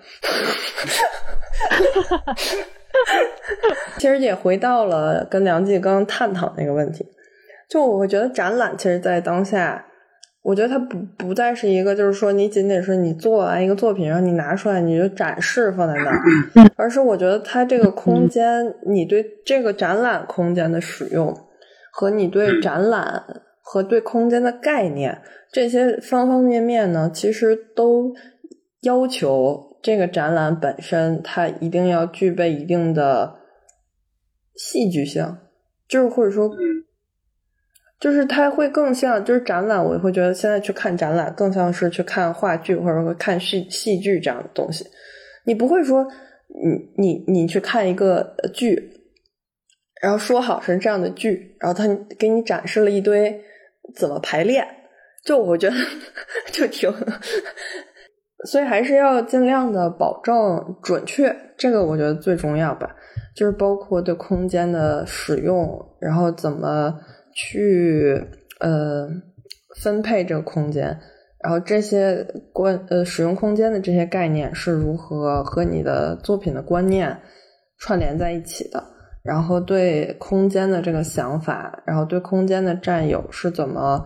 其实也回到了跟梁季刚探讨那个问题，就我会觉得展览其实在当下，我觉得它不再是一个就是说你仅仅是你做完一个作品然后你拿出来你就展示放在那儿，而是我觉得它这个空间，你对这个展览空间的使用和你对展览和对空间的概念，这些方方面面呢，其实都要求这个展览本身它一定要具备一定的戏剧性，就是或者说就是它会更像，就是展览我会觉得现在去看展览更像是去看话剧或者说看戏剧这样的东西。你不会说你去看一个剧然后说好是这样的剧，然后他给你展示了一堆怎么排练，就我觉得就挺所以还是要尽量的保证准确，这个我觉得最重要吧，就是包括对空间的使用，然后怎么去分配这个空间，然后这些使用空间的这些概念是如何和你的作品的观念串联在一起的，然后对空间的这个想法，然后对空间的占有是怎么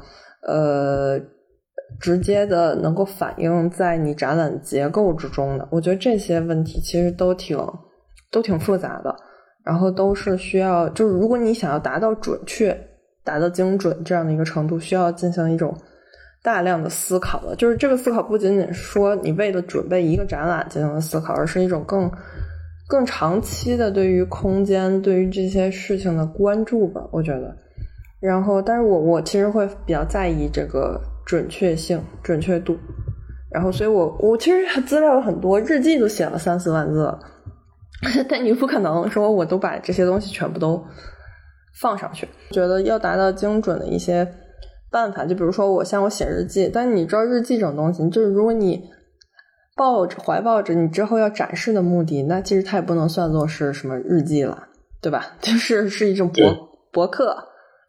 直接的能够反映在你展览结构之中的。我觉得这些问题其实都挺复杂的，然后都是需要，就是如果你想要达到准确达到精准这样的一个程度，需要进行一种大量的思考的，就是这个思考不仅仅是说你为了准备一个展览进行的思考，而是一种更长期的对于空间对于这些事情的关注吧，我觉得。然后但是我其实会比较在意这个准确性准确度，然后所以我其实资料有很多，日记都写了3-4万字，但你不可能说我都把这些东西全部都放上去。觉得要达到精准的一些办法，就比如说我写日记，但你知道日记这种东西，就是如果你怀抱着你之后要展示的目的，那其实它也不能算作是什么日记了，对吧？就是一种博客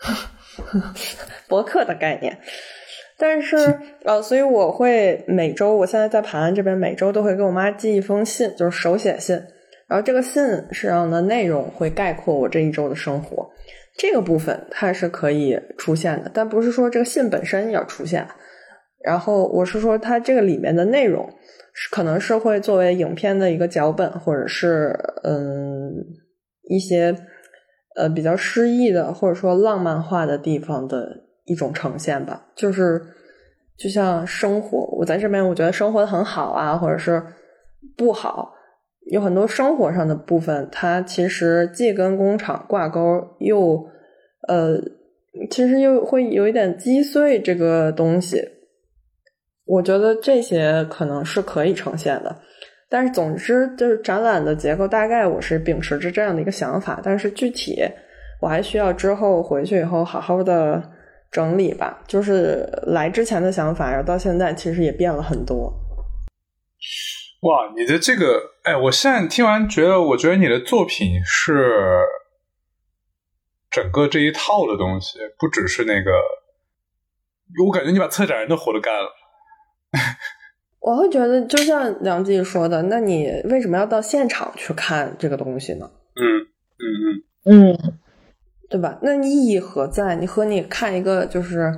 博客的概念。但是所以我会每周，我现在在盘安这边每周都会给我妈寄一封信，就是手写信，然后这个信上的内容会概括我这一周的生活，这个部分它是可以出现的，但不是说这个信本身要出现。然后我是说它这个里面的内容可能是会作为影片的一个脚本，或者是一些比较诗意的或者说浪漫化的地方的一种呈现吧。就像生活，我在这边我觉得生活的很好啊，或者是不好，有很多生活上的部分它其实既跟工厂挂钩，又其实又会有一点击碎这个东西。我觉得这些可能是可以呈现的，但是总之就是展览的结构大概我是秉持着这样的一个想法，但是具体我还需要之后回去以后好好的整理吧。就是来之前的想法，然后到现在其实也变了很多。 哇，你的这个我现在听完我觉得你的作品是整个这一套的东西，不只是那个，我感觉你把策展人的活都干了。 我会觉得就像梁季说的，那你为什么要到现场去看这个东西呢？对吧？那你意义何在？你和你看一个就是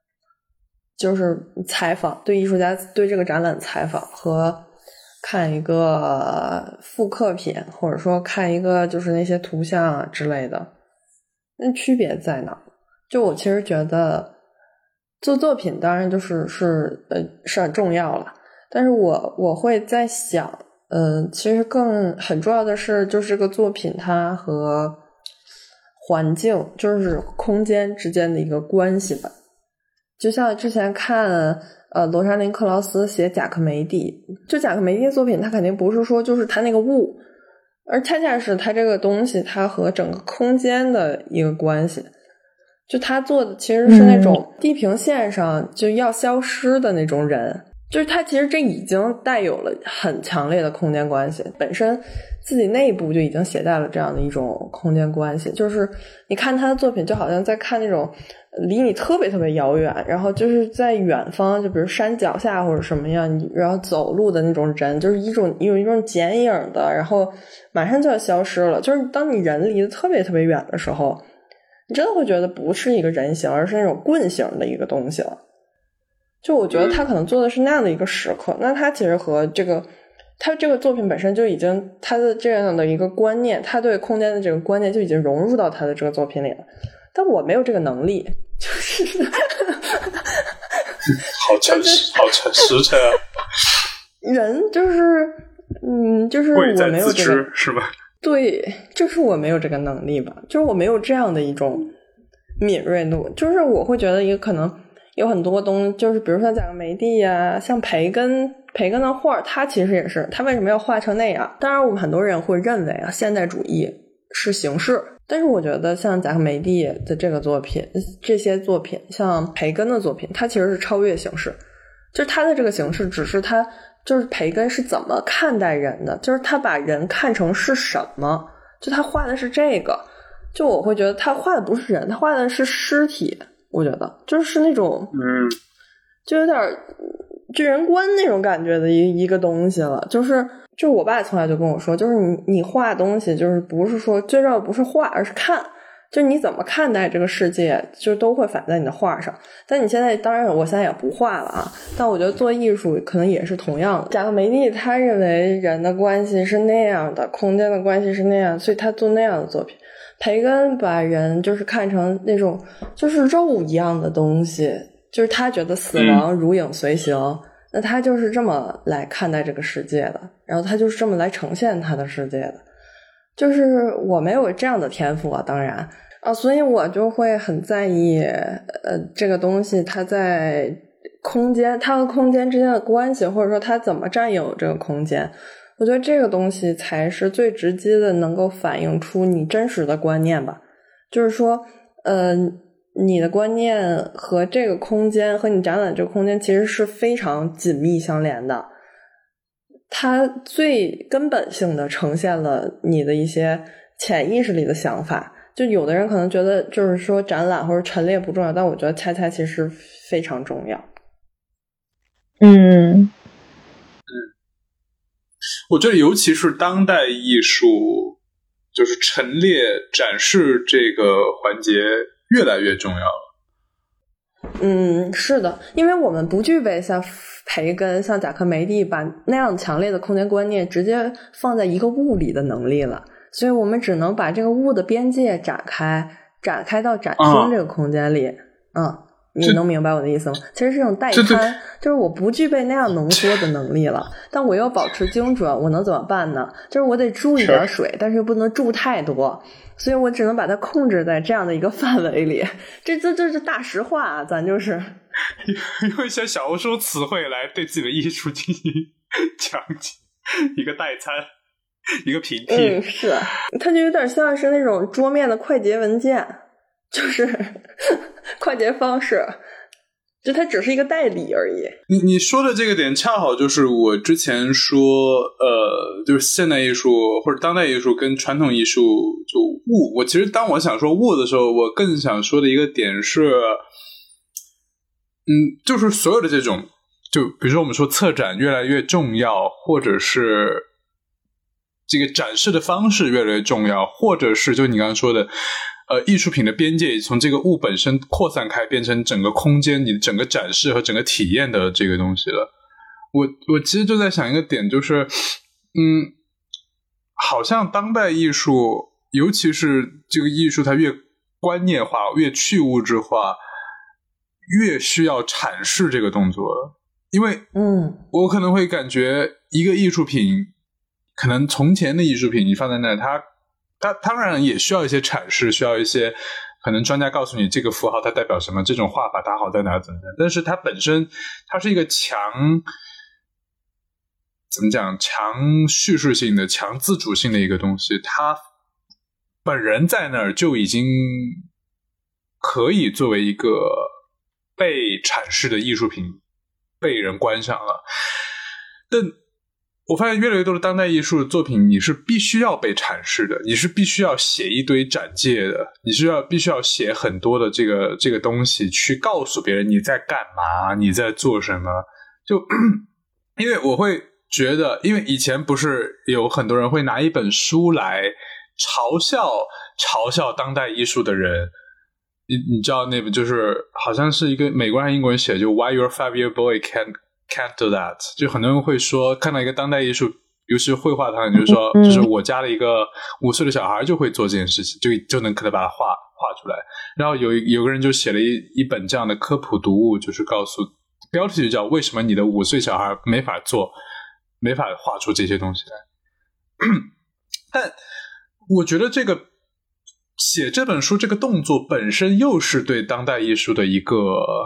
采访，对艺术家对这个展览采访，和看一个复刻品，或者说看一个就是那些图像啊之类的，那区别在哪？就我其实觉得做作品当然是很重要了，但是我会在想其实很重要的是就是这个作品它和环境就是空间之间的一个关系吧。就像之前看罗莎琳克劳斯写贾克梅蒂，就贾克梅蒂的作品它肯定不是说就是它那个物，而恰恰是它这个东西它和整个空间的一个关系。就他做的其实是那种地平线上就要消失的那种人，就是他其实这已经带有了很强烈的空间关系，本身自己内部就已经携带了这样的一种空间关系。就是你看他的作品就好像在看那种离你特别特别遥远，然后就是在远方，就比如山脚下或者什么样，然后走路的那种人，就是有一种剪影的，然后马上就要消失了。就是当你人离得特别特别远的时候，你真的会觉得不是一个人形，而是那种棍形的一个东西了。就我觉得他可能做的是那样的一个时刻，那他其实和他这个作品本身就已经他的这样的一个观念，他对空间的这个观念就已经融入到他的这个作品里了。但我没有这个能力，就是好诚实啊！ 人就是我没有这个， 是吧？ 对，就是我没有这个能力吧，就是我没有这样的一种敏锐度，就是我会觉得也可能有很多东西，就是比如说贾克梅蒂啊，像培根的画，他其实也是，他为什么要画成那样？当然我们很多人会认为啊，现代主义是形式，但是我觉得像贾克梅蒂的这些作品，像培根的作品，它其实是超越形式，就是他的这个形式只是他就是培根是怎么看待人的，就是他把人看成是什么，就他画的是这个，就我会觉得他画的不是人，他画的是尸体，我觉得就是那种就有点巨人观那种感觉的一个东西了。就是我爸从来就跟我说，就是你画东西就是不是说最重要的不是画，而是看，就你怎么看待这个世界就都会反在你的画上。但你现在当然我现在也不画了啊，但我觉得做艺术可能也是同样的。贾克梅蒂他认为人的关系是那样的，空间的关系是那样，所以他做那样的作品。培根把人就是看成那种就是肉一样的东西， 就是他觉得死亡如影随形，那他就是这么来看待这个世界的，然后他就是这么来呈现他的世界的。就是我没有这样的天赋啊，当然啊，所以我就会很在意这个东西它在空间，它和空间之间的关系，或者说它怎么占有这个空间。我觉得这个东西才是最直接的能够反映出你真实的观念吧。就是说你的观念和这个空间和你展览这个空间其实是非常紧密相连的，它最根本性的呈现了你的一些潜意识里的想法。就有的人可能觉得就是说展览或者陈列不重要，但我觉得恰恰其实非常重要。 我觉得尤其是当代艺术，就是陈列展示这个环节越来越重要了。 是的，因为我们不具备像培根、像贾科梅蒂把那样强烈的空间观念直接放在一个物里的能力了，所以我们只能把这个物的边界展开到展厅这个空间里。你能明白我的意思吗？其实是一种代餐，就是我不具备那样浓缩的能力了，但我要保持精准，我能怎么办呢？就是我得注一点水，但是又不能注太多，所以我只能把它控制在这样的一个范围里。这是大实话啊，咱就是用一些小红书词汇来对自己的艺术进行讲解，一个代餐，一个平替。 是，它就有点像是那种桌面的快捷文件，就是快捷方式，就它只是一个代理而已。 你说的这个点恰好就是我之前说就是现代艺术或者当代艺术跟传统艺术就物，我其实当我想说物的时候，我更想说的一个点是就是所有的这种，就比如说我们说策展越来越重要，或者是这个展示的方式越来越重要，或者是就你刚刚说的艺术品的边界从这个物本身扩散开，变成整个空间你整个展示和整个体验的这个东西了。我其实就在想一个点，就是好像当代艺术，尤其是这个艺术它越观念化越去物质化，越需要阐释这个动作。因为我可能会感觉一个艺术品，可能从前的艺术品你放在那，它当然也需要一些阐释，需要一些可能专家告诉你这个符号它代表什么，这种画法它好在哪怎么样。但是它本身它是一个怎么讲强叙事性的强自主性的一个东西，它本人在那儿就已经可以作为一个被阐释的艺术品被人观赏了。但我发现越来越多的当代艺术作品，你是必须要被阐释的，你是必须要写一堆展介的，你是必须要写很多的这个东西去告诉别人你在干嘛，你在做什么。就因为我会觉得，因为以前不是有很多人会拿一本书来嘲笑当代艺术的人，你知道那本就是好像是一个美国人英国人写的，就 Why your 5-year boy can't do that， 就很多人会说看到一个当代艺术，尤其是绘画堂，就是说就是我家的一个5岁的小孩就会做这件事情，就能可能把它画出来。然后有个人就写了一本这样的科普读物，就是告诉标题就叫为什么你的5岁小孩没法画出这些东西来。但我觉得这个写这本书这个动作本身又是对当代艺术的一个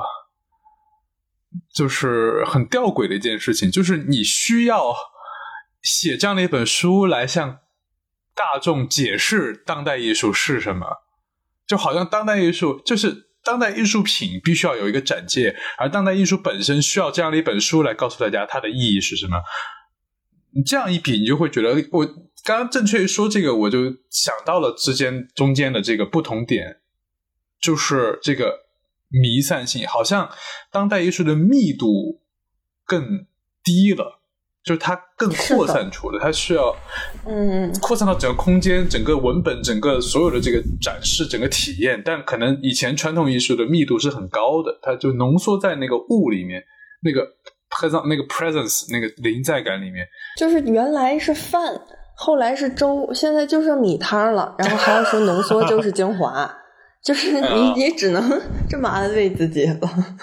就是很吊诡的一件事情，就是你需要写这样的一本书来向大众解释当代艺术是什么，就好像当代艺术就是当代艺术品必须要有一个展介，而当代艺术本身需要这样的一本书来告诉大家它的意义是什么。你这样一比，你就会觉得我刚刚正确说这个，我就想到了中间的这个不同点，就是这个弥散性，好像当代艺术的密度更低了，就是它更扩散出了，它需要扩散到整个空间、整个文本、整个所有的这个展示、整个体验。但可能以前传统艺术的密度是很高的，它就浓缩在那个物里面，那个 presence 那个临在感里面。 就是原来是饭，后来是粥，现在就是米汤了，然后还要说浓缩就是精华。 就是你只能这么安慰自己了。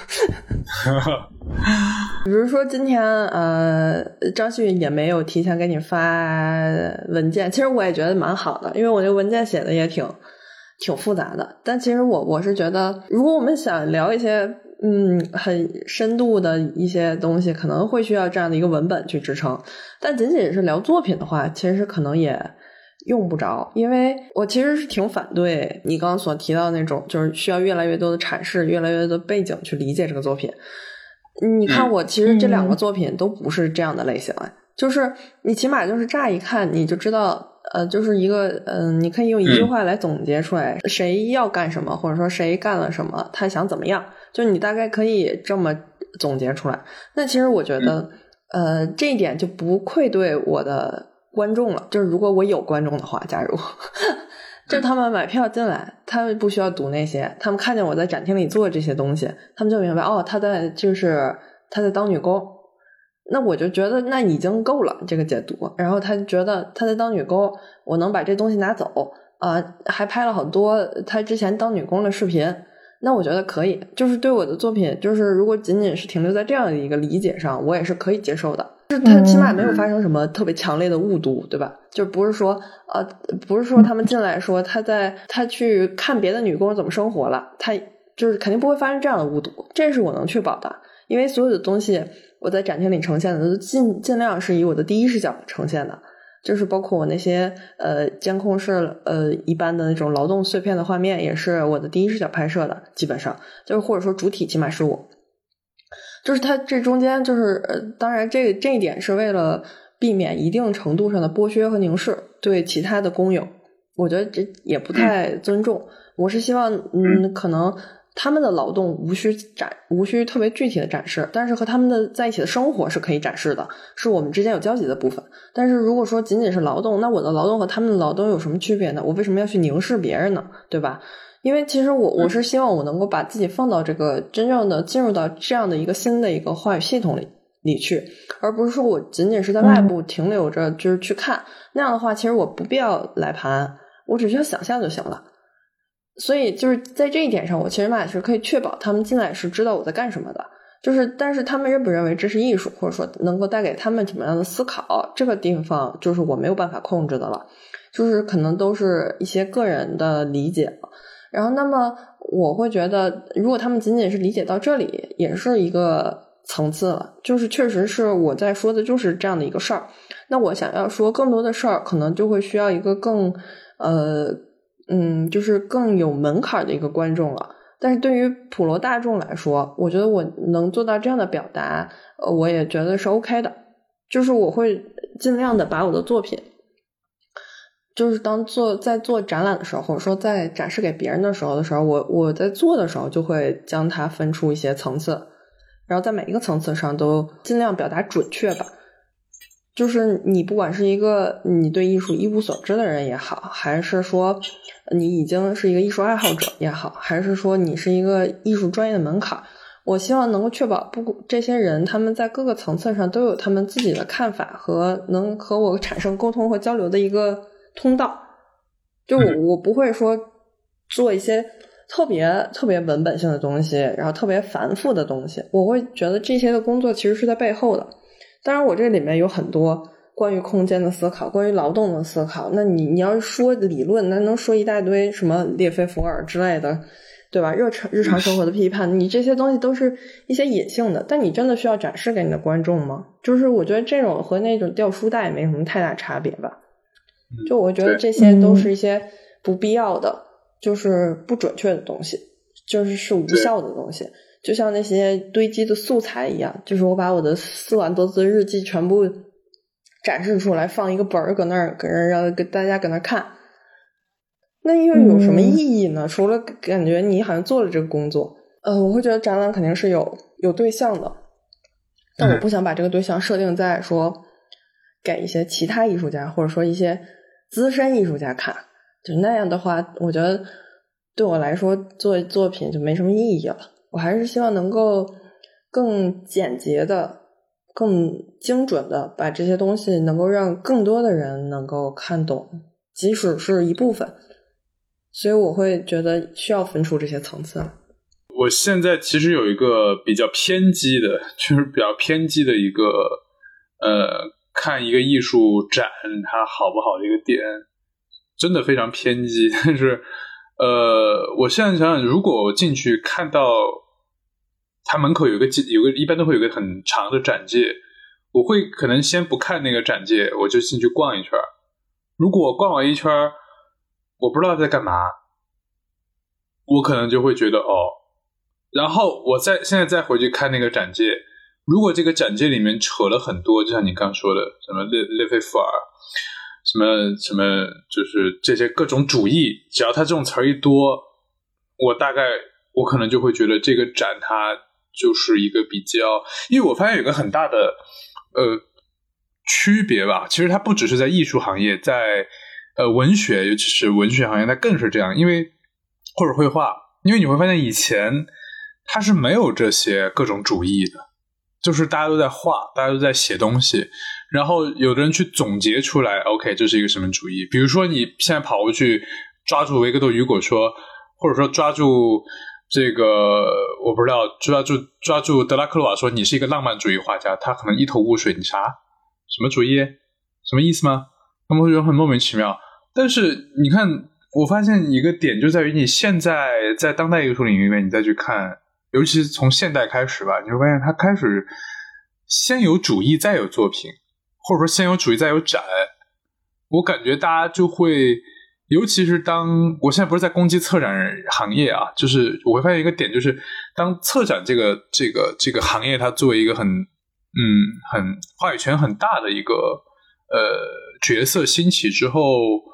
比如说今天张馨予也没有提前给你发文件，其实我也觉得蛮好的，因为我这个文件写的也挺复杂的。但其实我是觉得，如果我们想聊一些很深度的一些东西，可能会需要这样的一个文本去支撑。但仅仅是聊作品的话，其实可能也用不着，因为我其实是挺反对你刚刚所提到的那种，就是需要越来越多的阐释，越来越多的背景去理解这个作品。你看我其实这两个作品都不是这样的类型，就是你起码就是乍一看你就知道就是一个你可以用一句话来总结出来谁要干什么，或者说谁干了什么，他想怎么样，就你大概可以这么总结出来。那其实我觉得这一点就不愧对我的观众了，就是如果我有观众的话，假如就他们买票进来，他们不需要读那些，他们看见我在展厅里做这些东西，他们就明白他在当女工。那我就觉得那已经够了这个解读，然后他觉得他在当女工，我能把这东西拿走还拍了好多他之前当女工的视频，那我觉得可以，就是对我的作品，就是如果仅仅是停留在这样的一个理解上，我也是可以接受的。就是他起码没有发生什么特别强烈的误读，对吧？就不是说他们进来说他去看别的女工怎么生活了，他就是肯定不会发生这样的误读，这是我能确保的。因为所有的东西我在展厅里呈现的都尽量是以我的第一视角呈现的，就是包括我那些监控室一般的那种劳动碎片的画面，也是我的第一视角拍摄的，基本上就是或者说主体起码是我。就是它这中间就是当然这一点是为了避免一定程度上的剥削和凝视对其他的工友，我觉得这也不太尊重。我是希望可能他们的劳动无需特别具体的展示，但是和他们的在一起的生活是可以展示的，是我们之间有交集的部分。但是如果说仅仅是劳动，那我的劳动和他们的劳动有什么区别呢？我为什么要去凝视别人呢？对吧？因为其实我是希望我能够把自己放到这个真正的进入到这样的一个新的一个话语系统里去，而不是说我仅仅是在外部停留着就是去看，那样的话其实我不必要来盘，我只需要想象就行了。所以就是在这一点上，我其实嘛是可以确保他们进来是知道我在干什么的，就是但是他们认不认为这是艺术，或者说能够带给他们什么样的思考，这个地方就是我没有办法控制的了，就是可能都是一些个人的理解了。然后那么我会觉得如果他们仅仅是理解到这里也是一个层次了，就是确实是我在说的就是这样的一个事儿。那我想要说更多的事儿，可能就会需要一个更就是更有门槛的一个观众了。但是对于普罗大众来说，我觉得我能做到这样的表达我也觉得是 OK 的。就是我会尽量的把我的作品就是在做展览的时候，或者说在展示给别人的时候，我在做的时候就会将它分出一些层次，然后在每一个层次上都尽量表达准确吧。就是你不管是一个你对艺术一无所知的人也好，还是说你已经是一个艺术爱好者也好，还是说你是一个艺术专业的门槛，我希望能够确保这些人他们在各个层次上都有他们自己的看法和能和我产生沟通和交流的一个通道。就我不会说做一些特别文本性的东西，然后特别繁复的东西，我会觉得这些的工作其实是在背后的。当然我这里面有很多关于空间的思考，关于劳动的思考，那你要说理论，那能说一大堆什么列菲伏尔之类的，对吧？日常生活的批判，你这些东西都是一些隐性的，但你真的需要展示给你的观众吗？就是我觉得这种和那种掉书袋没什么太大差别吧。就我觉得这些都是一些不必要的就是不准确的东西，就是无效的东西，就像那些堆积的素材一样，就是我把我的4万多字日记全部展示出来，放一个本儿搁那儿，让大家搁那儿看，那又有什么意义呢？除了感觉你好像做了这个工作。我会觉得展览肯定是有对象的，但我不想把这个对象设定在说给一些其他艺术家或者说一些资深艺术家看，就那样的话我觉得对我来说做作品就没什么意义了。我还是希望能够更简洁的更精准的把这些东西能够让更多的人能够看懂，即使是一部分。 所以我会觉得需要分出这些层次。 我现在其实有一个比较偏激的，就是比较偏激的一个看一个艺术展它好不好的一个点，真的非常偏激。但是我现在想想，如果我进去看到它门口有个一般都会有个很长的展介，我会可能先不看那个展介，我就进去逛一圈。如果我逛完一圈我不知道在干嘛，我可能就会觉得然后我现在再回去看那个展介，如果这个展介里面扯了很多，就像你刚说的什么列菲伏尔什么就是这些各种主义，只要它这种词儿一多，我可能就会觉得这个展它就是一个比较，因为我发现有个很大的区别吧，其实它不只是在艺术行业，在文学，尤其是文学行业它更是这样，因为或者绘画，因为你会发现以前它是没有这些各种主义的，就是大家都在画，大家都在写东西，然后有的人去总结出来 OK 这是一个什么主义，比如说你现在跑过去抓住维克多雨果说，或者说抓住这个我不知道抓住德拉克洛瓦说你是一个浪漫主义画家，他可能一头雾水，你啥什么主义什么意思吗？他们会觉得很莫名其妙。但是你看我发现一个点就在于你现在在当代艺术领域里面你再去看，尤其是从现代开始吧，你会发现它开始先有主义再有作品，或者说先有主义再有展。我感觉大家就会，尤其是当我现在不是在攻击策展行业啊，就是我会发现一个点，就是当策展这个行业它作为一个很话语权很大的一个角色兴起之后，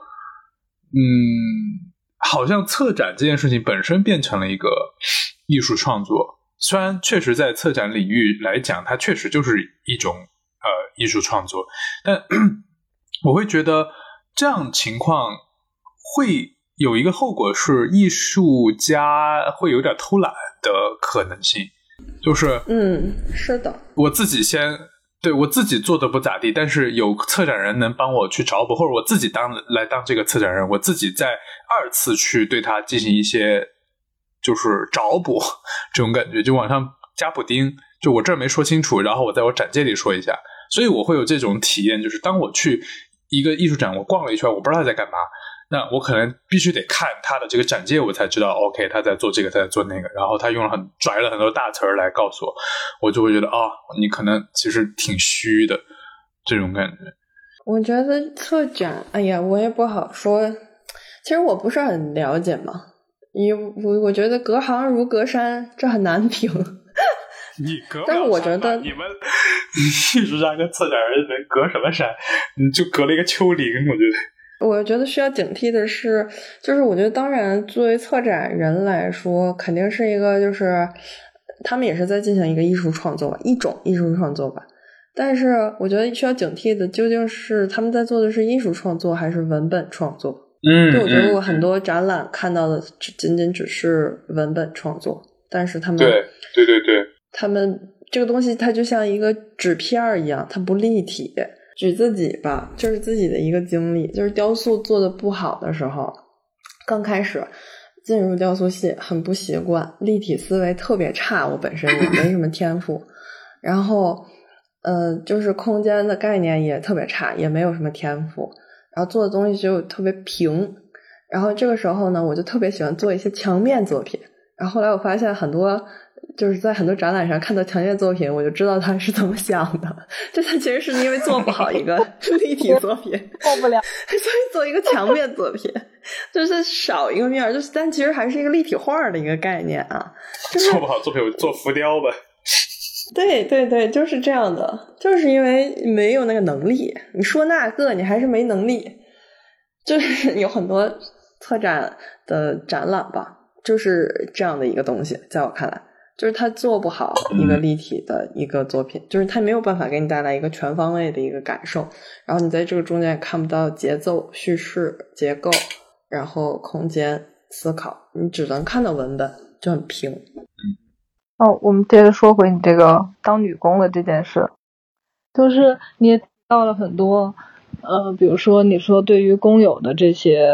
好像策展这件事情本身变成了一个艺术创作，虽然确实在策展领域来讲它确实就是一种艺术创作，但我会觉得这样情况会有一个后果，是艺术家会有点偷懒的可能性，就是是的， 我自己对我自己做的不咋地，但是有策展人能帮我去找补，或者我自己当这个策展人，我自己再二次去对他进行一些就是找补，这种感觉就往上加补丁，就我这儿没说清楚，然后我在我展介里说一下，所以我会有这种体验，就是当我去一个艺术展，我逛了一圈，我不知道他在干嘛，那我可能必须得看他的这个展介，我才知道 OK 他在做这个，他在做那个，然后他拽了很多大词儿来告诉我，我就会觉得你可能其实挺虚的这种感觉。 我觉得策展，哎呀，我也不好说，其实我不是很了解嘛，我觉得隔行如隔山，这很难评。 你隔不了山吧， 但是我觉得你们艺术家跟策展人能隔什么山？你就隔了一个丘陵，我觉得需要警惕的是，就是我觉得当然作为策展人来说，肯定是一个就是他们也是在进行一个艺术创作吧，一种艺术创作吧。但是我觉得需要警惕的究竟是他们在做的是艺术创作还是文本创作。就我觉得我很多展览看到的仅仅只是文本创作，但是他们对， 他们这个东西它就像一个纸片一样，它不立体。举自己吧，就是自己的一个经历，就是雕塑做的不好的时候，刚开始进入雕塑系很不习惯，立体思维特别差，我本身也没什么天赋，然后就是空间的概念也特别差，也没有什么天赋，然后做的东西就特别平，然后这个时候呢，我就特别喜欢做一些墙面作品，然后后来我发现很多就是在很多展览上看到墙面作品，我就知道他是怎么想的，就他其实是因为做不好一个立体作品， 做不了， 所以做一个墙面作品，就是少一个面，就是但其实还是一个立体画的一个概念啊。就是做不好作品，我做浮雕吧。 对，就是这样的，就是因为没有那个能力。你说那个，你还是没能力。就是有很多策展的展览吧，就是这样的一个东西，在我看来。就是他做不好一个立体的一个作品，就是他没有办法给你带来一个全方位的一个感受，然后你在这个中间也看不到节奏、叙事、结构，然后空间、思考，你只能看到文本，就很平。 我们接着说回你这个当女工的这件事，就是你也提到了很多，比如说你说对于工友的这些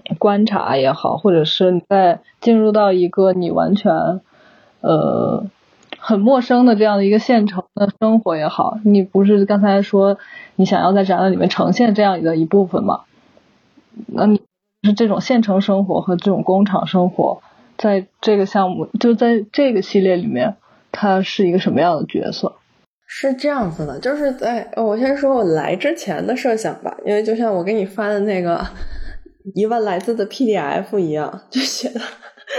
观察也好，或者是你在进入到一个你完全很陌生的这样的一个县城的生活也好，你不是刚才说你想要在展览里面呈现这样的一部分吗？那你是这种县城生活和这种工厂生活在这个项目就在这个系列里面它是一个什么样的角色？ 是这样子的，就是我先说我来之前的设想吧，因为就像我给你发的那个10000来字的 PDF 一样，就写的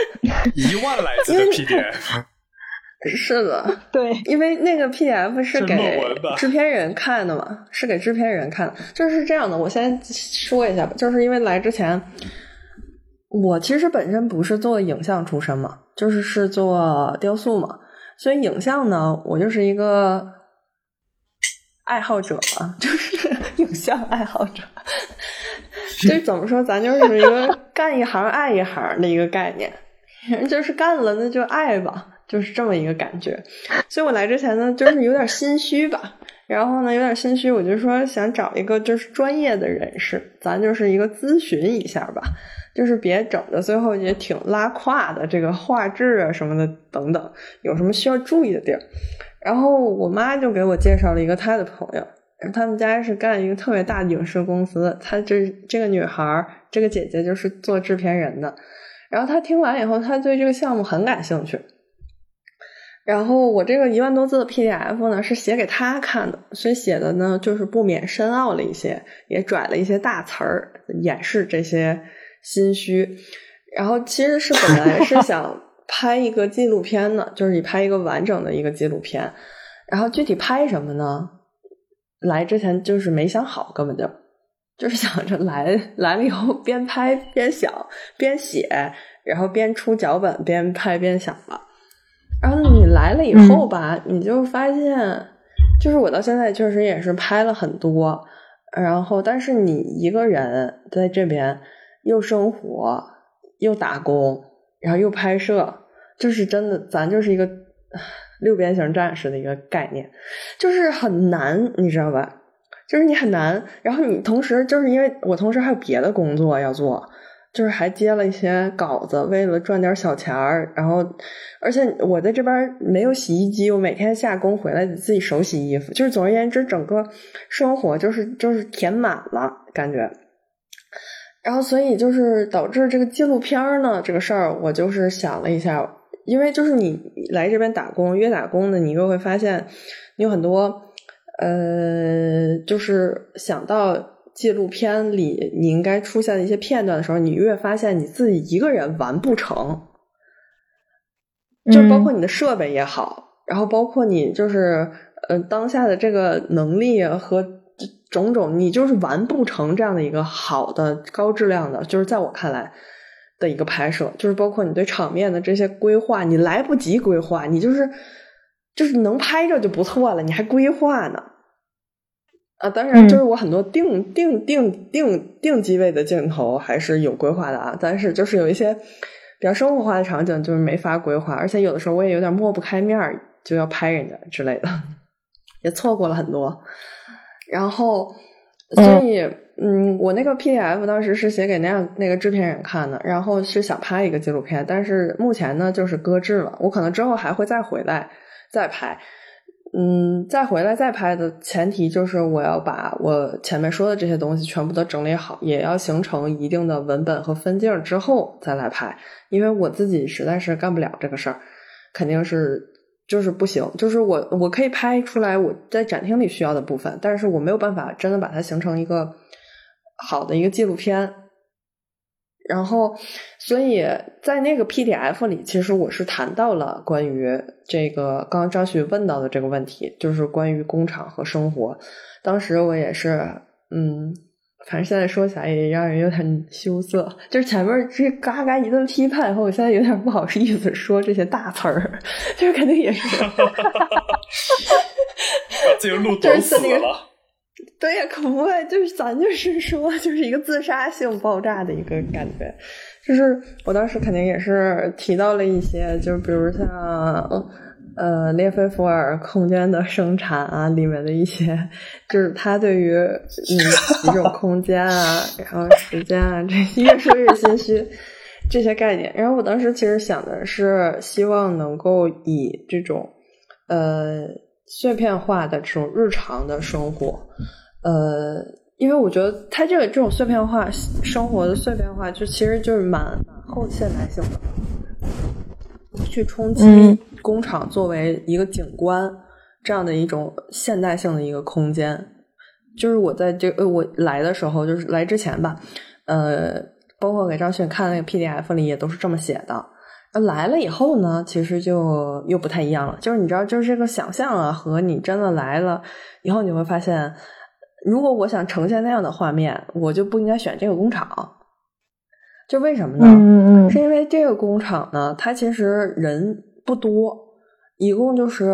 10000来字的 PDF 是的， 对， 因为那个 PDF 是给制片人看的嘛，是给制片人看的。就是这样的，我先说一下吧，就是因为来之前我其实本身不是做影像出身嘛，是做雕塑嘛，所以影像呢我就是一个爱好者嘛，就是影像爱好者就是怎么说，咱就是一个干一行爱一行的一个概念，就是干了那就爱吧，就是这么一个感觉。所以我来之前呢就是有点心虚吧，然后呢有点心虚，我就说想找一个就是专业的人士，咱就是一个咨询一下吧，就是别整的最后也挺拉胯的，这个画质啊什么的等等有什么需要注意的地儿。然后我妈就给我介绍了一个她的朋友，他们家是干一个特别大的影视公司，她这个女孩这个姐姐就是做制片人的。然后她听完以后她对这个项目很感兴趣，然后我这个10000多字的 PDF 呢是写给她看的，所以写的呢就是不免深奥了一些，也拽了一些大词儿掩饰这些心虚。然后其实是本来是想拍一个纪录片的，就是你拍一个完整的一个纪录片，然后具体拍什么呢，来之前就是没想好，根本就是想着来了以后边拍边想边写，然后边出脚本边拍边想吧。然后你来了以后吧，你就发现就是我到现在确实也是拍了很多，然后但是你一个人在这边又生活又打工然后又拍摄，就是真的咱就是一个六边形战士的一个概念，就是很难你知道吧，就是你很难。然后你同时就是因为我同时还有别的工作要做，就是还接了一些稿子，为了赚点小钱儿。然后而且我在这边没有洗衣机，我每天下工回来得自己手洗衣服，就是总而言之整个生活就是填满了感觉。然后所以就是导致这个纪录片呢这个事儿，我就是想了一下，因为就是你来这边打工约打工的，你就会发现你有很多就是想到纪录片里你应该出现的一些片段的时候，你越发现你自己一个人完不成，就包括你的设备也好，然后包括你就是当下的这个能力和种种，你就是完不成这样的一个好的高质量的，就是在我看来的一个拍摄，就是包括你对场面的这些规划，你来不及规划，你就是能拍着就不错了，你还规划呢。当然就是我很多定机位的镜头还是有规划的啊，但是就是有一些比较生活化的场景就是没法规划，而且有的时候我也有点抹不开面就要拍人家之类的，也错过了很多。然后所以我那个 PDF 当时是写给那个制片人看的，然后是想拍一个纪录片，但是目前呢就是搁置了，我可能之后还会再回来再拍。再回来再拍的前提就是我要把我前面说的这些东西全部都整理好，也要形成一定的文本和分镜之后再来拍，因为我自己实在是干不了这个事儿，肯定是就是不行，就是我可以拍出来我在展厅里需要的部分，但是我没有办法真的把它形成一个好的一个纪录片。然后所以在那个 PDF 里其实我是谈到了关于这个刚刚张旭问到的这个问题，就是关于工厂和生活。当时我也是反正现在说起来也让人有点羞涩，就是前面这嘎嘎一顿批判以后，我现在有点不好意思说这些大词儿，就是肯定也是把自己路堵死了。 对呀，可不会，就是咱就是说，就是一个自杀性爆炸的一个感觉。就是我当时肯定也是提到了一些，就是比如像列菲弗尔空间的生产啊，里面的一些就是他对于一种空间啊，然后时间啊，这越说越心虚这些概念。然后我当时其实想的是希望能够以这种碎片化的这种日常的生活，因为我觉得它这种碎片化生活的碎片化，就其实就是蛮后现代性的，去冲击工厂作为一个景观这样的一种现代性的一个空间。就是我在我来的时候，就是来之前吧，包括给张迅看那个 PDF 里也都是这么写的。来了以后呢，其实就又不太一样了。就是你知道，就是这个想象啊，和你真的来了以后，你会发现，如果我想呈现那样的画面，我就不应该选这个工厂。就为什么呢？是因为这个工厂呢，它其实人不多，一共就是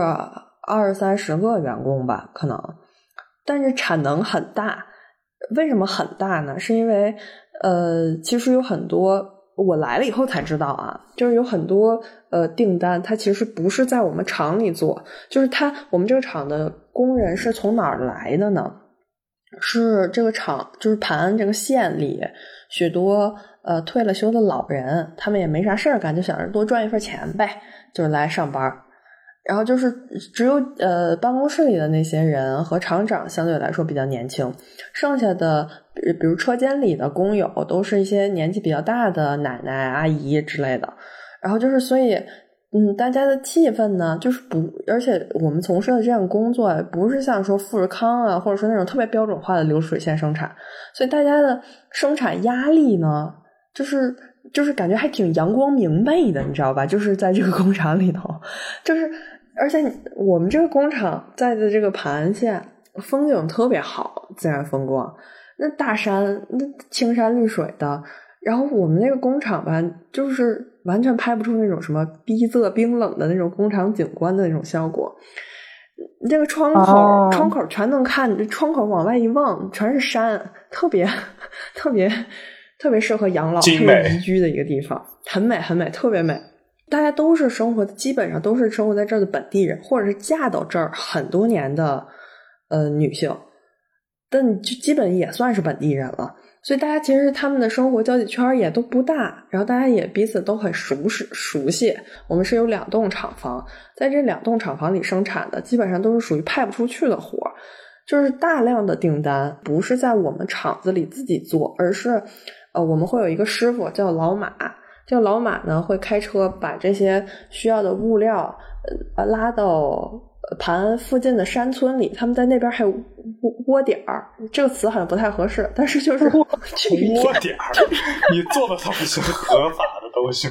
20-30个员工吧，可能，但是产能很大。为什么很大呢？是因为其实有很多。我来了以后才知道啊，就是有很多订单，它其实不是在我们厂里做，就是我们这个厂的工人是从哪儿来的呢？是这个厂，就是盘安这个县里许多退了休的老人，他们也没啥事儿干，就想着多赚一份钱呗，就是来上班。然后就是只有办公室里的那些人和厂长相对来说比较年轻，剩下的比如车间里的工友都是一些年纪比较大的奶奶阿姨之类的。然后就是所以大家的气氛呢就是而且我们从事的这样工作不是像说富士康啊，或者说那种特别标准化的流水线生产，所以大家的生产压力呢就是感觉还挺阳光明媚的，你知道吧？就是在这个工厂里头，就是而且我们这个工厂在的这个盘安县风景特别好，自然风光，那大山，那青山绿水的。然后我们那个工厂吧，就是完全拍不出那种什么逼仄冰冷的那种工厂景观的那种效果。这个窗口全能看，这窗口往外一望全是山，特别适合养老、特别宜居的一个地方，很美很美，特别美。大家都是基本上都是生活在这儿的本地人，或者是嫁到这儿很多年的女性，但就基本也算是本地人了。所以大家其实他们的生活交际圈也都不大，然后大家也彼此都很熟悉。我们是有2栋厂房，在这2栋厂房里生产的基本上都是属于派不出去的活，就是大量的订单不是在我们厂子里自己做，而是我们会有一个师傅叫老马，这个老马呢会开车把这些需要的物料拉到盘安附近的山村里，他们在那边还有窝点儿，这个词好像不太合适，但是就是窝点儿，你做的它不是合法的东西吗？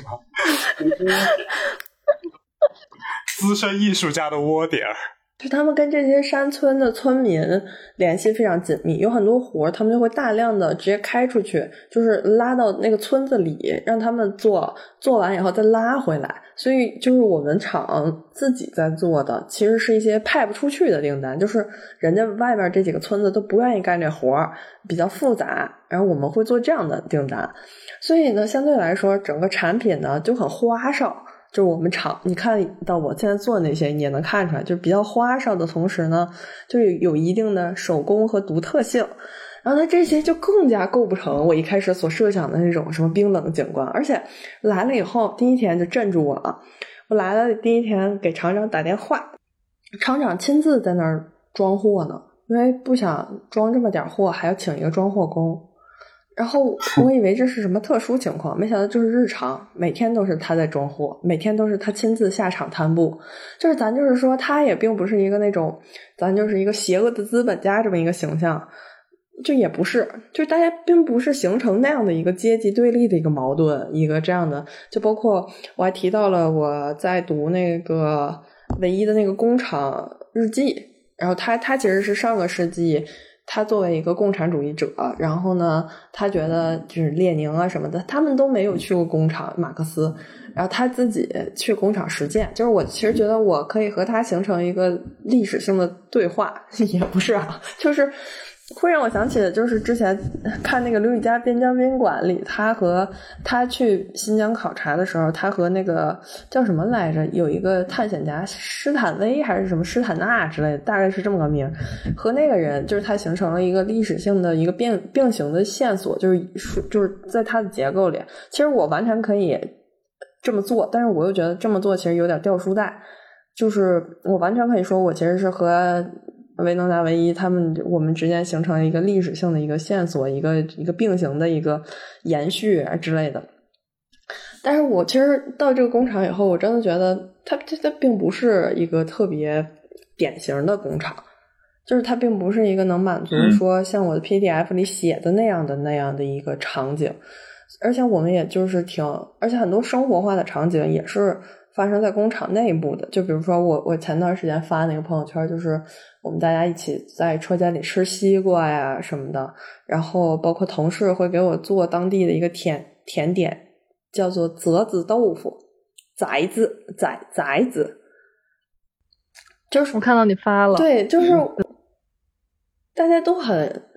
资深艺术家的窝点儿。 就他们跟这些山村的村民联系非常紧密，有很多活他们就会大量的直接开出去，就是拉到那个村子里让他们做完以后再拉回来。所以就是我们厂自己在做的其实是一些派不出去的订单，就是人家外边这几个村子都不愿意干这活，比较复杂，然后我们会做这样的订单。所以呢相对来说整个产品呢就很花哨，就是我们厂你看到我现在做那些你也能看出来，就比较花哨的同时呢就有一定的手工和独特性，然后它这些就更加构不成我一开始所设想的那种什么冰冷景观。而且来了以后第一天就镇住我了，我来了第一天给厂长打电话，厂长亲自在那儿装货呢，因为不想装这么点货还要请一个装货工。然后我以为这是什么特殊情况，没想到就是日常，每天都是他在装货，每天都是他亲自下场摊布。就是咱就是说他也并不是一个那种咱就是一个邪恶的资本家这么一个形象，就也不是，就是大家并不是形成那样的一个阶级对立的一个矛盾，一个这样的。就包括我还提到了我在读那个唯一的那个工厂日记，然后他其实是上个世纪他作为一个共产主义者，然后呢他觉得就是列宁啊什么的他们都没有去过工厂，马克思，然后他自己去工厂实践。就是我其实觉得我可以和他形成一个历史性的对话，也不是啊，就是会让我想起的就是之前看那个刘宇嘉边疆宾馆里，他去新疆考察的时候，他和那个叫什么来着，有一个探险家施坦威还是什么施坦纳之类的，大概是这么个名，和那个人就是他形成了一个历史性的一个并行的线索，就是在他的结构里，其实我完全可以这么做，但是我又觉得这么做其实有点掉书袋，就是我完全可以说我其实是和维能达唯一我们之间形成了一个历史性的一个线索，一个并行的一个延续之类的。但是我其实到这个工厂以后，我真的觉得它并不是一个特别典型的工厂，就是它并不是一个能满足说像我的 PDF 里写的那样的一个场景，而且我们也就是而且很多生活化的场景也是发生在工厂内部的，就比如说我前段时间发那个朋友圈，就是我们大家一起在车间里吃西瓜呀什么的，然后包括同事会给我做当地的一个甜点，叫做泽子豆腐，崽子，就是我看到你发了， 对，就是大家都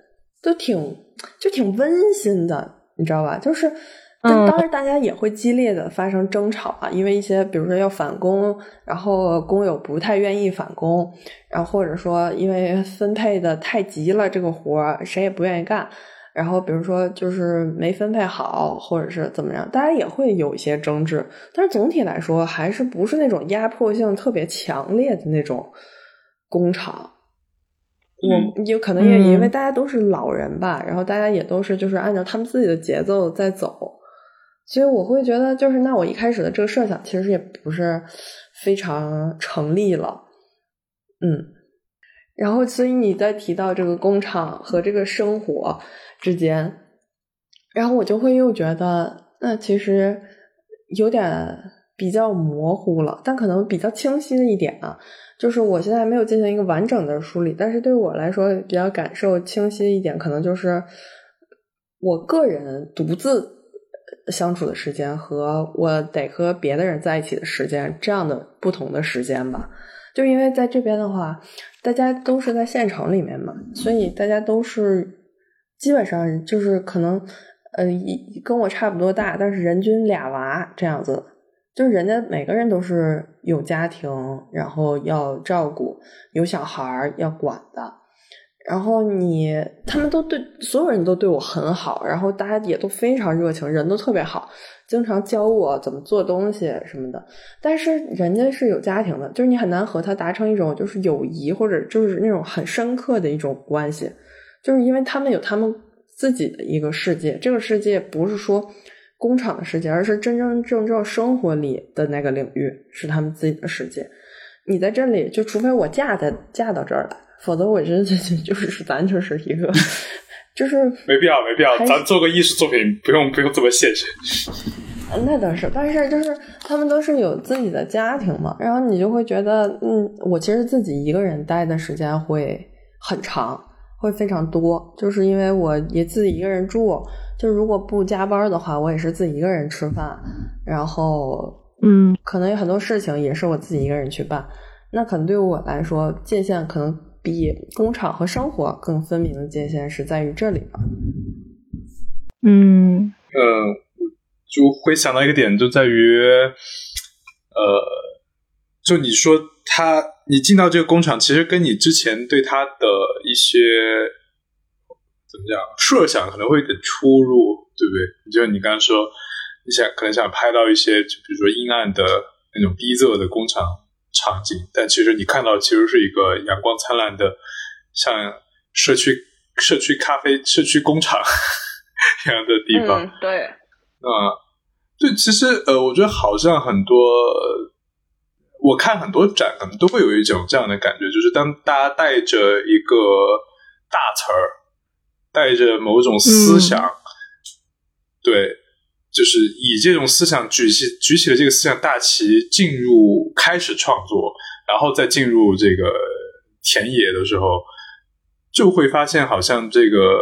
挺温馨的，你知道吧？就是但当然大家也会激烈的发生争吵啊，因为一些比如说要返工，然后工友不太愿意返工，然后或者说因为分配的太急了，这个活谁也不愿意干，然后比如说就是没分配好或者是怎么样，大家也会有一些争执，但是总体来说还是不是那种压迫性特别强烈的那种工厂。我有可能也因为大家都是老人吧，然后大家也都是就是按照他们自己的节奏在走，所以我会觉得就是那我一开始的这个设想其实也不是非常成立了。然后所以你在提到这个工厂和这个生活之间，然后我就会又觉得那其实有点比较模糊了，但可能比较清晰的一点啊，就是我现在没有进行一个完整的梳理，但是对我来说比较感受清晰一点，可能就是我个人独自相处的时间和我得和别的人在一起的时间，这样的不同的时间吧。就因为在这边的话，大家都是在县城里面嘛，所以大家都是基本上就是可能跟我差不多大，但是人均俩娃这样子，就是人家每个人都是有家庭，然后要照顾，有小孩要管的，然后他们都所有人都对我很好，然后大家也都非常热情，人都特别好，经常教我怎么做东西什么的。但是人家是有家庭的，就是你很难和他达成一种就是友谊或者就是那种很深刻的一种关系，就是因为他们有他们自己的一个世界，这个世界不是说工厂的世界，而是真正生活里的那个领域是他们自己的世界。你在这里就除非我嫁到这儿来，否则我觉得就是咱就是一个就是没必要，咱做个艺术作品不用这么现实。 那倒是，但是就是他们都是有自己的家庭嘛，然后你就会觉得我其实自己一个人待的时间会很长，会非常多，就是因为我也自己一个人住，就如果不加班的话，我也是自己一个人吃饭，然后可能有很多事情也是我自己一个人去办，那可能对我来说界限可能比工厂和生活更分明的界限是在于这里吧。 就会想到一个点，就在于就你说你进到这个工厂，其实跟你之前对它的一些怎么讲设想可能会有点出入，对不对？就你刚刚说你可能想拍到一些就比如说阴暗的那种逼仄的工厂场景，但其实你看到其实是一个阳光灿烂的像社区咖啡社区工厂这样的地方。 对对，其实我觉得好像很多我看很多展可能都会有一种这样的感觉，就是当大家带着一个大词儿，带着某种思想，对，就是以这种思想举起了这个思想大旗开始创作，然后再进入这个田野的时候，就会发现好像这个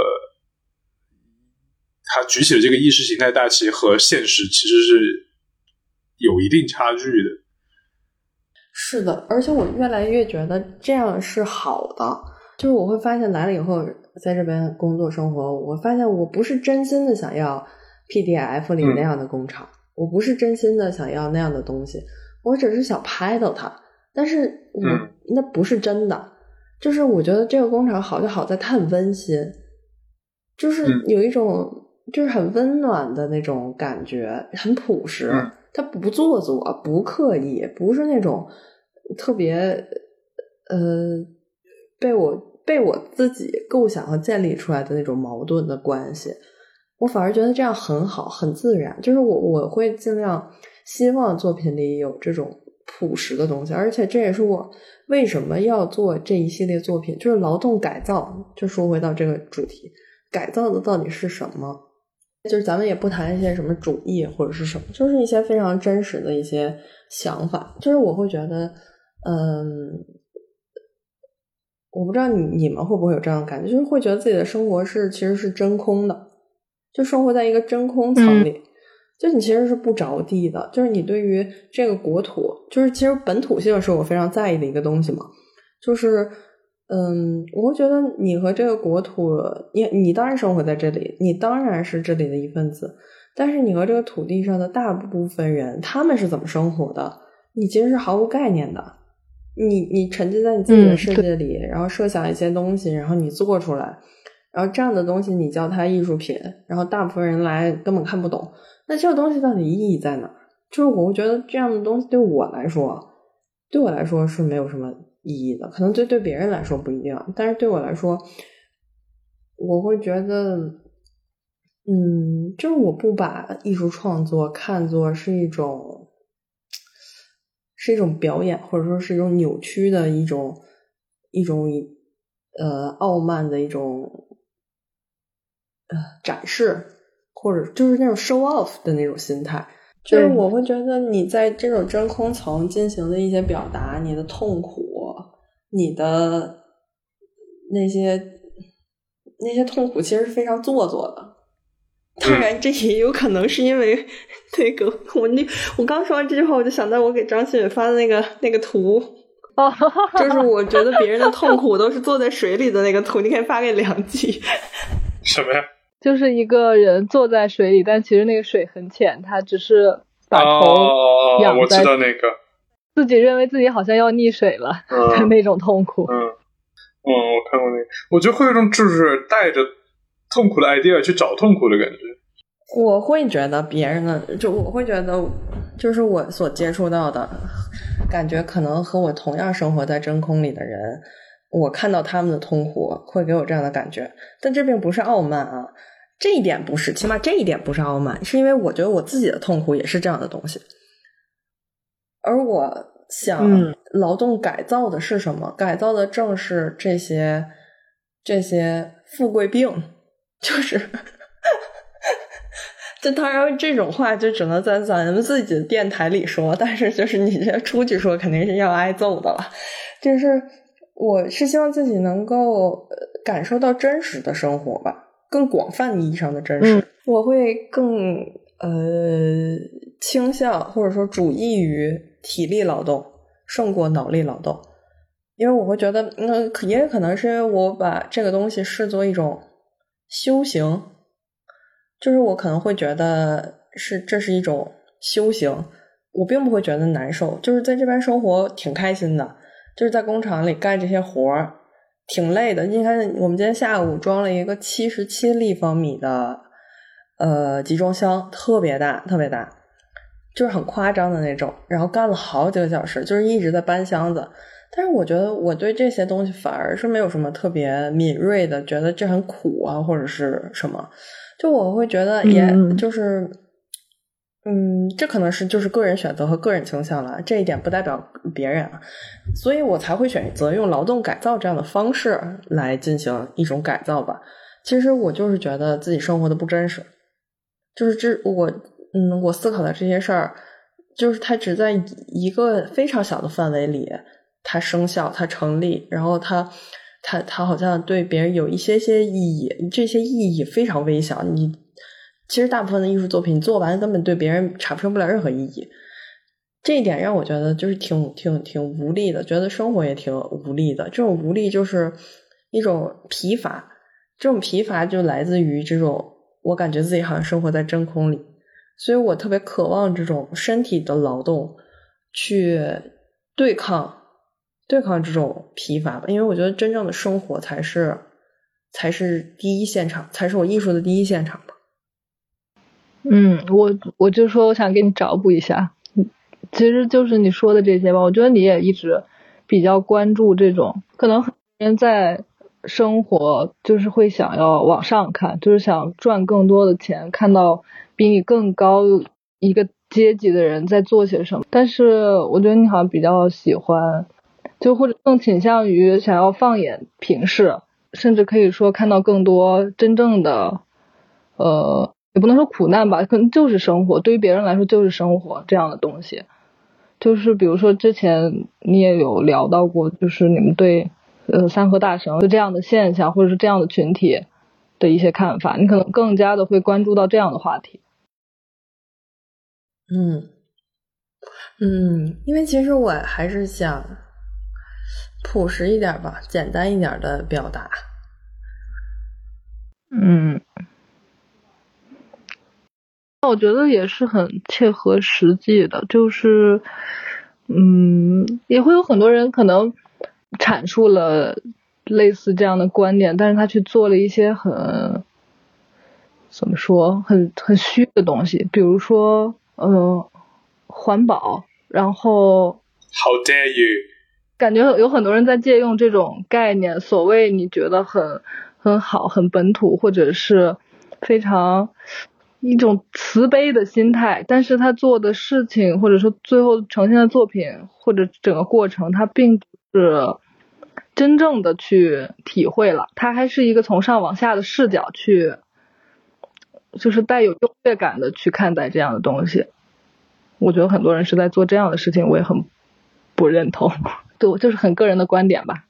他举起了这个意识形态大旗和现实其实是有一定差距的。 是的，而且我越来越觉得这样是好的，就是我会发现来了以后在这边工作生活，我发现我不是真心的想要 PDF 里那样的工厂，我不是真心的想要那样的东西，我只是想拍到它，但是那不是真的。就是我觉得这个工厂好就好在它很温馨，就是有一种就是很温暖的那种感觉，很朴实，它不做作不刻意，不是那种特别被我自己构想和建立出来的那种矛盾的关系，我反而觉得这样很好，很自然。就是我会尽量希望作品里有这种朴实的东西，而且这也是我为什么要做这一系列作品，就是劳动改造。就说回到这个主题，改造的到底是什么？就是咱们也不谈一些什么主义或者是什么，就是一些非常真实的一些想法。就是我会觉得我不知道你们会不会有这样的感觉，就是会觉得自己的生活其实是真空的，就生活在一个真空层里，就你其实是不着地的。就是你对于这个国土，就是其实本土性是我非常在意的一个东西嘛，就是我会觉得你和这个国土，你当然生活在这里，你当然是这里的一份子，但是你和这个土地上的大部分人，他们是怎么生活的，你其实是毫无概念的。你沉浸在你自己的世界里，然后设想一些东西，然后你做出来，然后这样的东西你叫它艺术品，然后大部分人来根本看不懂，那这个东西到底意义在哪？就是我会觉得这样的东西对我来说是没有什么意义的，可能对别人来说不一定，但是对我来说，我会觉得就是我不把艺术创作看作是一种表演，或者说是一种扭曲的一种傲慢的一种展示，或者就是那种 show off 的那种心态。就是我会觉得你在这种真空层进行的一些表达，你的痛苦，你的那些痛苦其实是非常做作的。当然这也有可能是因为那个我刚说完这句话，我就想到我给张馨予发的那个图，就是我觉得别人的痛苦都是坐在水里的那个图，你可以发给梁记。 什么呀？ 就是一个人坐在水里，但其实那个水很浅，他只是把头仰在， 我知道那个， 自己认为自己好像要溺水了的那种痛苦。 我看过那个，我觉得会有一种就是带着痛苦的 idea 去找痛苦的感觉。 我会觉得别人的，我会觉得就是我所接触到的感觉，可能和我同样生活在真空里的人，我看到他们的痛苦会给我这样的感觉。但这并不是傲慢啊，这一点不是，起码这一点不是傲慢，是因为我觉得我自己的痛苦也是这样的东西。而我想劳动改造的是什么？改造的正是这些富贵病，就是这当然这种话就只能在咱们自己的电台里说，但是就是你这出去说肯定是要挨揍的了。就是我是希望自己能够感受到真实的生活吧，更广泛意义上的真实。我会更倾向或者说主义于体力劳动胜过脑力劳动，因为我会觉得也可能是因为我把这个东西视作一种修行，就是我可能会觉得这是一种修行，我并不会觉得难受，就是在这边生活挺开心的，就是在工厂里干这些活儿挺累的。你看我们今天下午装了一个77立方米的集装箱，特别大特别大，就是很夸张的那种，然后干了好几个小时，就是一直在搬箱子。但是我觉得我对这些东西反而是没有什么特别敏锐的觉得这很苦啊或者是什么，就我会觉得也就是这可能是就是个人选择和个人倾向了，这一点不代表别人啊，所以我才会选择用劳动改造这样的方式来进行一种改造吧。其实我就是觉得自己生活的不真实，就是我思考的这些事儿，就是它只在一个非常小的范围里它生效它成立，然后它好像对别人有一些意义，这些意义非常微小，你其实大部分的艺术作品做完根本对别人产生不了任何意义。这一点让我觉得就是挺无力的，觉得生活也挺无力的。这种无力就是一种疲乏， 这种疲乏就来自于这种我感觉自己好像生活在真空里，所以我特别渴望这种身体的劳动去对抗这种疲乏吧，因为我觉得真正的生活才是第一现场，才是我艺术的第一现场吧。 我就说我想给你找补一下，其实就是你说的这些吧。我觉得你也一直比较关注这种，可能很多人在生活就是会想要往上看，就是想赚更多的钱，看到比你更高一个阶级的人在做些什么。但是我觉得你好像比较喜欢，就或者更倾向于想要放眼平视，甚至可以说看到更多真正的也不能说苦难吧，可能就是生活，对于别人来说就是生活这样的东西。就是比如说之前你也有聊到过，就是你们对三和大神就这样的现象或者是这样的群体的一些看法，你可能更加的会关注到这样的话题。 因为其实我还是想朴实一点吧，简单一点的表达。 我觉得也是很切合实际的，就是也会有很多人可能阐述了类似这样的观点，但是他去做了一些怎么说很虚的东西，比如说环保，然后 How dare you， 感觉有很多人在借用这种概念，所谓你觉得很好很本土，或者是非常一种慈悲的心态，但是他做的事情或者说最后呈现的作品或者整个过程，他并不是真正的去体会了，他还是一个从上往下的视角去，就是带有优越感的去看待这样的东西。我觉得很多人是在做这样的事情，我也很不认同，对，就是很个人的观点吧。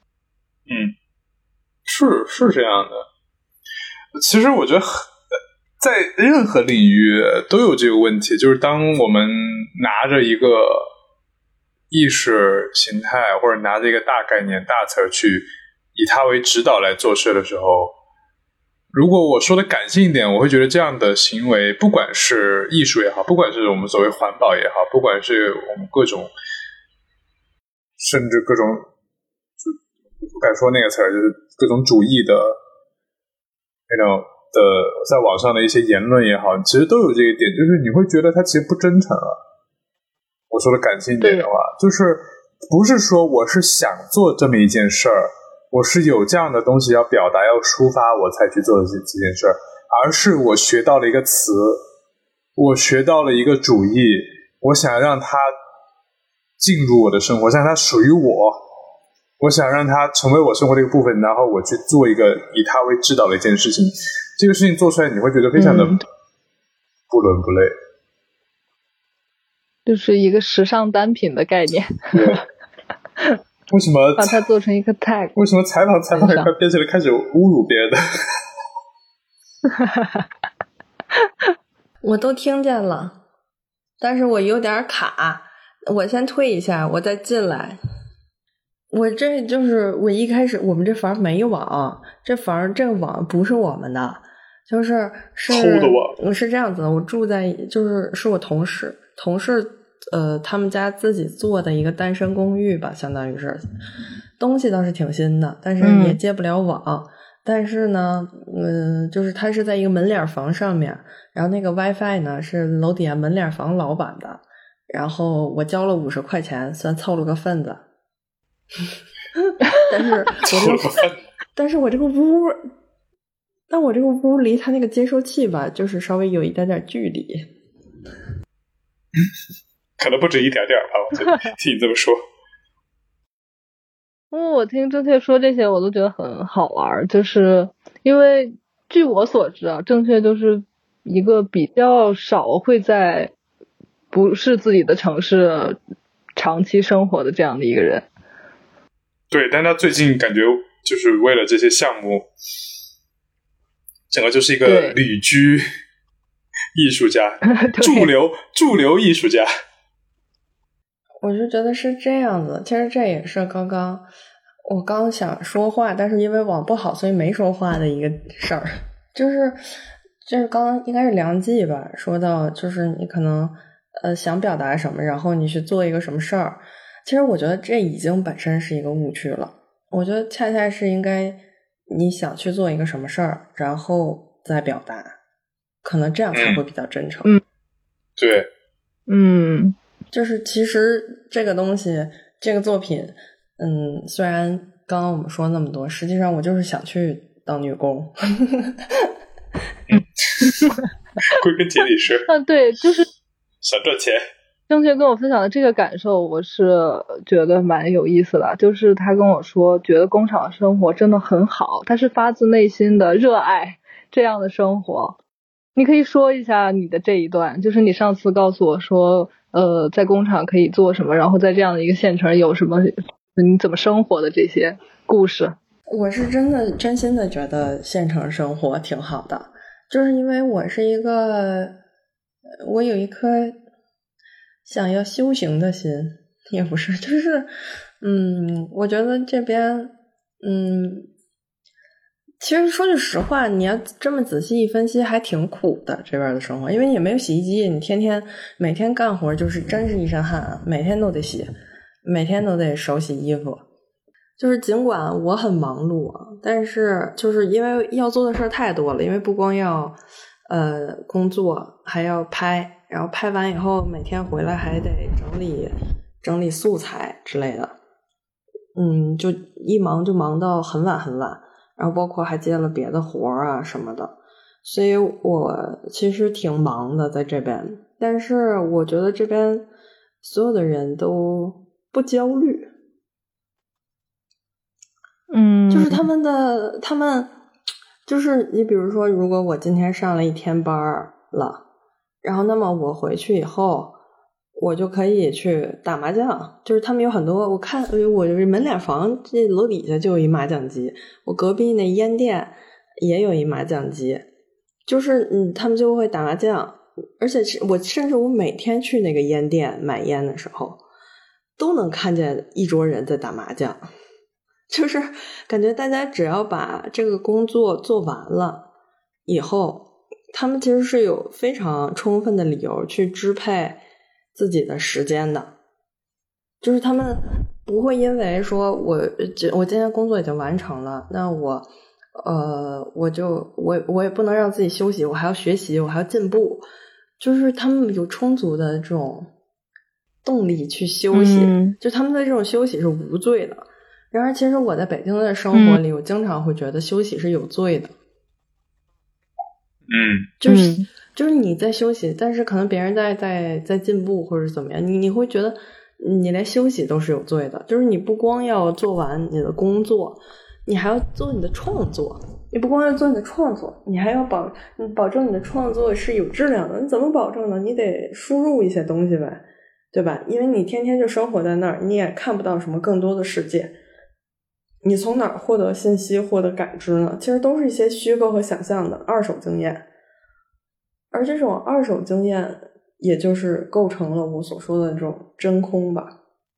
是这样的。其实我觉得在任何领域都有这个问题，就是当我们拿着一个意识形态或者拿着一个大概念大词去以它为指导来做事的时候，如果我说的感性一点，我会觉得这样的行为，不管是艺术也好，不管是我们所谓环保也好，不管是我们各种甚至各种不敢说那个词儿，就是各种主义的那种的在网上的一些言论也好，其实都有这一点，就是你会觉得它其实不真诚了。我说的感性一点的话，就是不是说我是想做这么一件事儿，我是有这样的东西要表达要抒发我才去做这件事儿，而是我学到了一个词，我学到了一个主义，我想让它进入我的生活，让它属于我想让它成为我生活的一个部分，然后我去做一个以它为指导的一件事情。这个事情做出来你会觉得非常的不伦不类， 就是一个时尚单品的概念。 为什么把它做成一个 tag？ 为什么采访快变成了开始侮辱别人的？ 我都听见了，但是我有点卡，我先退一下，我再进来。我这就是我一开始我们这房没网，这个网不是我们的，是偷的网。 是这样子的，我住在是我同事他们家自己做的一个单身公寓吧，相当于是东西倒是挺新的，但是也接不了网。但是呢就是它是在一个门脸房上面，然后那个 WiFi 呢是楼底下门脸房老板的，然后我交了50块钱，算凑了个份子。但是我这个屋离它那个接收器吧，就是稍微有一点点距离。 可能不止一点点吧，我觉得听你这么说。 我听正确说这些我都觉得很好玩，就是因为据我所知啊，正确就是一个比较少会在不是自己的城市长期生活的这样的一个人。 对，但他最近感觉就是为了这些项目，整个就是一个旅居艺术家，驻留艺术家。 我就觉得是这样子，其实这也是刚刚我刚想说话，但是因为网不好，所以没说话的一个事儿，就是刚刚应该是梁记吧，说到就是你可能想表达什么，然后你去做一个什么事儿，其实我觉得这已经本身是一个误区了。我觉得恰恰是应该你想去做一个什么事儿，然后再表达，可能这样才会比较真诚。 对， 就是其实这个东西，这个作品，虽然刚刚我们说那么多，实际上我就是想去当女工。 归根结底是， 对，就是想赚钱。 正确跟我分享的这个感受，我是觉得蛮有意思的。就是他跟我说，觉得工厂生活真的很好，他是发自内心的热爱这样的生活。你可以说一下你的这一段，就是你上次告诉我说，在工厂可以做什么，然后在这样的一个县城有什么，你怎么生活的这些故事。 我是真心的觉得县城生活挺好的，就是因为我有一颗想要修行的心，也不是，就是我觉得这边其实说句实话，你要这么仔细一分析，还挺苦的这边的生活，因为也没有洗衣机，你每天干活就是真是一身汗啊，每天都得洗，每天都得手洗衣服。就是尽管我很忙碌啊，但是就是因为要做的事儿太多了，因为不光要工作，还要拍，然后拍完以后每天回来还得整理素材之类的，就一忙就忙到很晚很晚，然后包括还接了别的活啊什么的，所以我其实挺忙的在这边，但是我觉得这边所有的人都不焦虑。就是他们就是你比如说，如果我今天上了一天班了，然后那么我回去以后，我就可以去打麻将。就是他们有很多，我看我门脸房这楼底下就有一麻将机，我隔壁那烟店也有一麻将机，就是他们就会打麻将，而且甚至我每天去那个烟店买烟的时候，都能看见一桌人在打麻将。就是感觉大家只要把这个工作做完了以后，他们其实是有非常充分的理由去支配自己的时间的，就是他们不会因为说我今天工作已经完成了，那我也不能让自己休息，我还要学习，我还要进步，就是他们有充足的这种动力去休息，就他们的这种休息是无罪的。然而其实我在北京的生活里，我经常会觉得休息是有罪的。就是你在休息，但是可能别人在进步或者怎么样，你会觉得你连休息都是有罪的。就是你不光要做完你的工作，你还要做你的创作。你不光要做你的创作，你还要保证你的创作是有质量的。你怎么保证呢？你得输入一些东西呗，对吧？因为你天天就生活在那儿，你也看不到什么更多的世界。你从哪儿获得信息、获得感知呢？其实都是一些虚构和想象的二手经验，而这种二手经验，也就是构成了我所说的这种真空吧。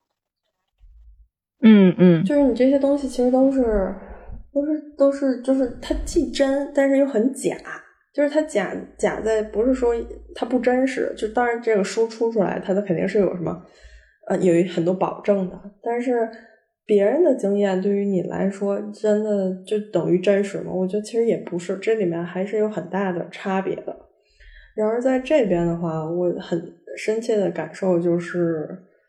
就是你这些东西其实都是，就是它既真，但是又很假。就是它假在不是说它不真实，就当然这个书出来，它肯定是有什么有很多保证的，但是别人的经验对于你来说真的就等于真实吗？我觉得其实也不是，这里面还是有很大的差别的。然而在这边的话，我很深切的感受就是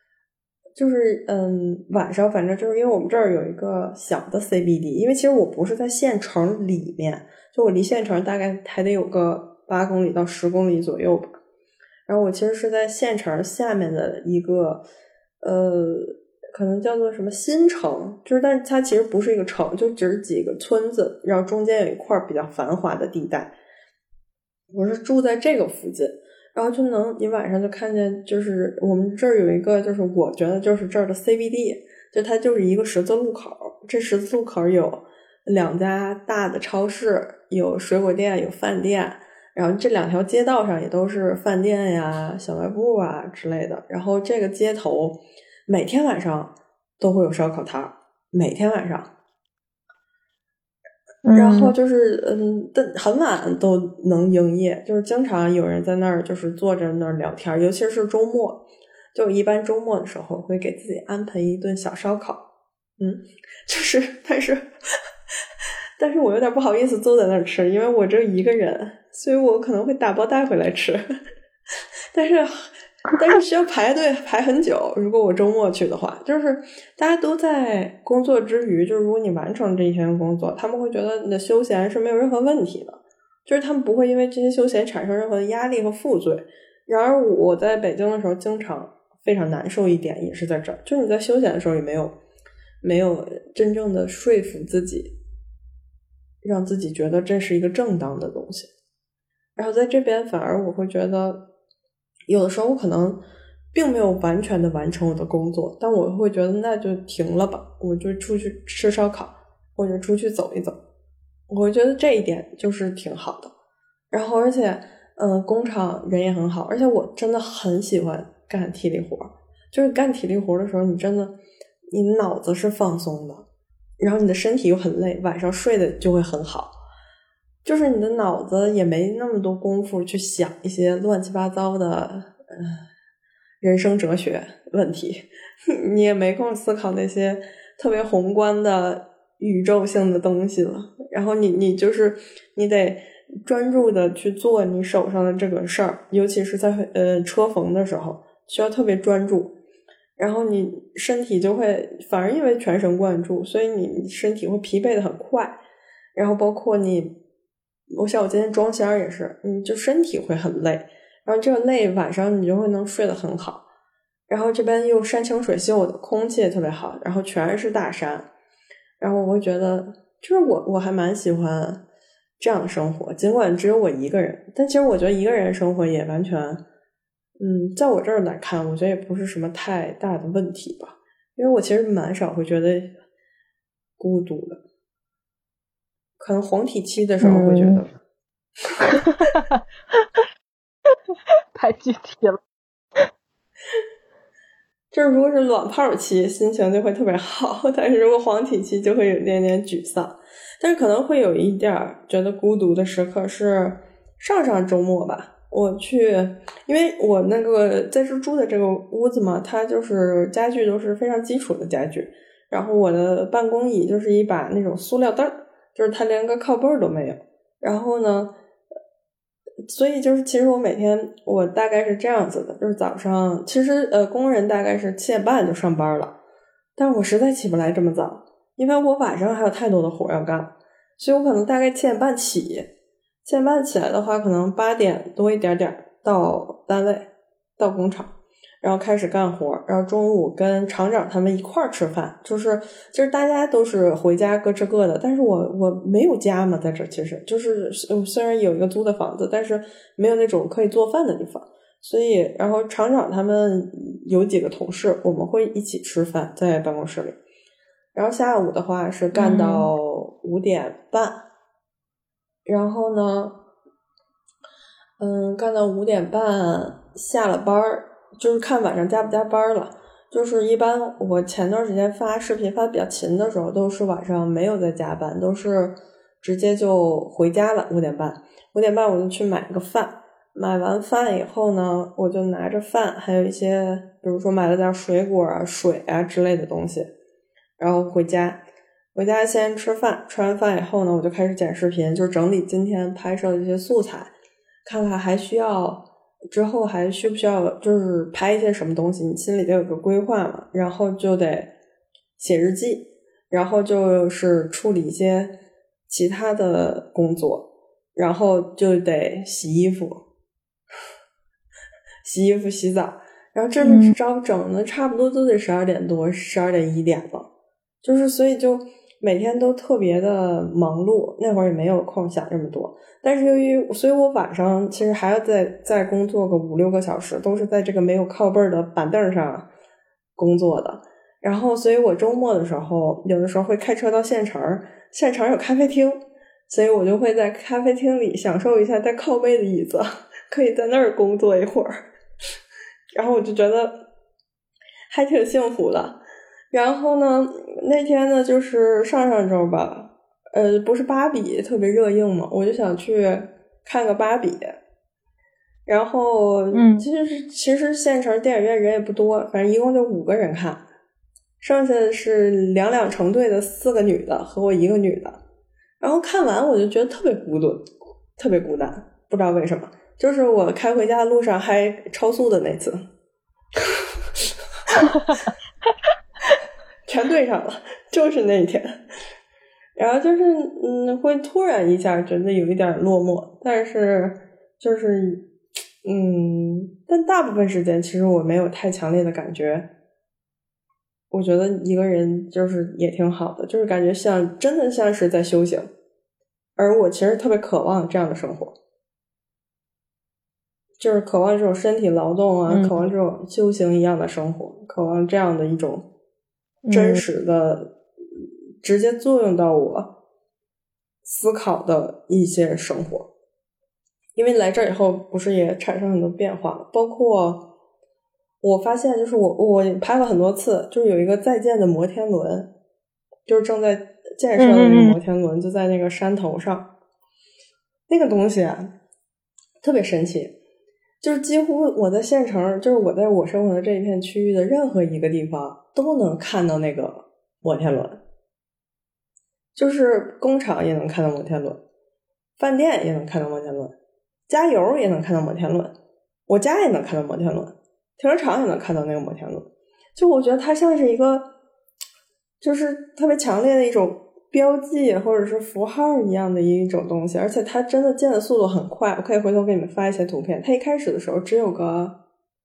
晚上反正就是因为我们这儿有一个小的 CBD， 因为其实我不是在县城里面，就我离县城大概还得有个8公里到10公里左右吧。然后我其实是在县城下面的一个可能叫做什么新城，就是但是它其实不是一个城，就只是几个村子，然后中间有一块比较繁华的地带。我是住在这个附近，然后你晚上就看见，就是我们这儿有一个，就是我觉得就是这儿的 CBD， 就它就是一个十字路口，这十字路口有2家大的超市，有水果店，有饭店，然后这2条街道上也都是饭店呀、小卖部啊之类的，然后这个街头每天晚上都会有烧烤摊， 每天晚上。然后就是很晚都能营业，就是经常有人在那儿就是坐着那儿聊天，尤其是周末，就一般周末的时候会给自己安排一顿小烧烤。就是但是我有点不好意思坐在那儿吃，因为我只有一个人，所以我可能会打包带回来吃。但是需要排队排很久，如果我周末去的话，就是大家都在工作之余，就是如果你完成这一天的工作，他们会觉得你的休闲是没有任何问题的，就是他们不会因为这些休闲产生任何的压力和负罪。然而我在北京的时候经常非常难受一点也是在这儿，就是你在休闲的时候也没有真正的说服自己，让自己觉得这是一个正当的东西。然后在这边反而我会觉得有的时候我可能并没有完全的完成我的工作，但我会觉得那就停了吧，我就出去吃烧烤或者出去走一走，我觉得这一点就是挺好的。然后而且工厂人也很好，而且我真的很喜欢干体力活，就是干体力活的时候你真的你脑子是放松的，然后你的身体又很累，晚上睡的就会很好，就是你的脑子也没那么多功夫去想一些乱七八糟的人生哲学问题，你也没空思考那些特别宏观的宇宙性的东西了。然后你就是你得专注的去做你手上的这个事儿，尤其是在车缝的时候需要特别专注，然后你身体就会反而因为全神贯注，所以你身体会疲惫的很快。然后包括我像我今天装箱也是，你就身体会很累，然后这个累晚上你就会能睡得很好。然后这边又山清水秀的，空气也特别好，然后全是大山，然后我会觉得就是我还蛮喜欢这样的生活，尽管只有我一个人，但其实我觉得一个人生活也完全在我这儿来看我觉得也不是什么太大的问题吧，因为我其实蛮少会觉得孤独的，可能黄体期的时候会觉得太具体了。 就是如果是卵泡期心情就会特别好，但是如果黄体期就会有一点点沮丧。但是可能会有一点觉得孤独的时刻是上周末吧，我去，因为我那个在这住的这个屋子嘛，它就是家具都是非常基础的家具，然后我的办公椅就是一把那种塑料凳，就是它连个靠背都没有。然后呢所以就是其实我每天我大概是这样子的，就是早上其实工人大概是7点半就上班了，但是我实在起不来这么早，因为我晚上还有太多的活要干，所以我可能大概7点半起，7点半起来的话可能8点多一点点到单位到工厂，然后开始干活，然后中午跟厂长他们一块儿吃饭，就是大家都是回家各吃各的，但是我没有家嘛，在这其实就是虽然有一个租的房子，但是没有那种可以做饭的地方，所以然后厂长他们有几个同事，我们会一起吃饭在办公室里，然后下午的话是干到5点半，然后呢干到5点半下了班，就是看晚上加不加班了，就是一般我前段时间发视频发的比较勤的时候都是晚上没有在加班，都是直接就回家了。5点半我就去买个饭，买完饭以后呢我就拿着饭还有一些比如说买了点水果啊水啊之类的东西，然后回家先吃饭，吃完饭以后呢我就开始剪视频，就整理今天拍摄的这些素材，看看还需要之后还需不需要就是拍一些什么东西，你心里得有个规划嘛，然后就得写日记，然后就是处理一些其他的工作，然后就得洗衣服洗澡，然后这么整的差不多都得12点多12点1点了，就是所以就每天都特别的忙碌，那会儿也没有空想这么多，但是所以我晚上其实还要再工作个5-6个小时，都是在这个没有靠背的板凳上工作的，然后所以我周末的时候有的时候会开车到县城有咖啡厅，所以我就会在咖啡厅里享受一下带靠背的椅子，可以在那儿工作一会儿，然后我就觉得还挺幸福的。 然后呢，那天呢就是上周吧，不是芭比特别热映嘛，我就想去看个芭比。然后其实县城电影院人也不多，反正一共就5个人看，剩下的是两成对的4个女的和我1个女的。然后看完我就觉得特别孤单，不知道为什么，就是我开回家的路上还超速的那次。全对上了，就是那一天。然后就是会突然一下觉得有一点落寞，但是就是但大部分时间其实我没有太强烈的感觉。我觉得一个人就是也挺好的，就是感觉真的像是在修行，而我其实特别渴望这样的生活，就是渴望这种身体劳动啊，渴望这种修行一样的生活，渴望这样的一种真实的直接作用到我思考的一些生活。因为来这儿以后不是也产生很多变化了，包括我发现就是我拍了很多次，就是有一个在建的摩天轮，就是正在建设的那个摩天轮，就在那个山头上。那个东西啊特别神奇，就是几乎我在县城，就是我在我生活的这一片区域的任何一个地方都能看到那个摩天轮，就是工厂也能看到摩天轮，饭店也能看到摩天轮，加油也能看到摩天轮，我家也能看到摩天轮，停车场也能看到那个摩天轮。就我觉得它像是一个就是特别强烈的一种标记或者是符号一样的一种东西，而且它真的建的速度很快，我可以回头给你们发一些图片。它一开始的时候只有个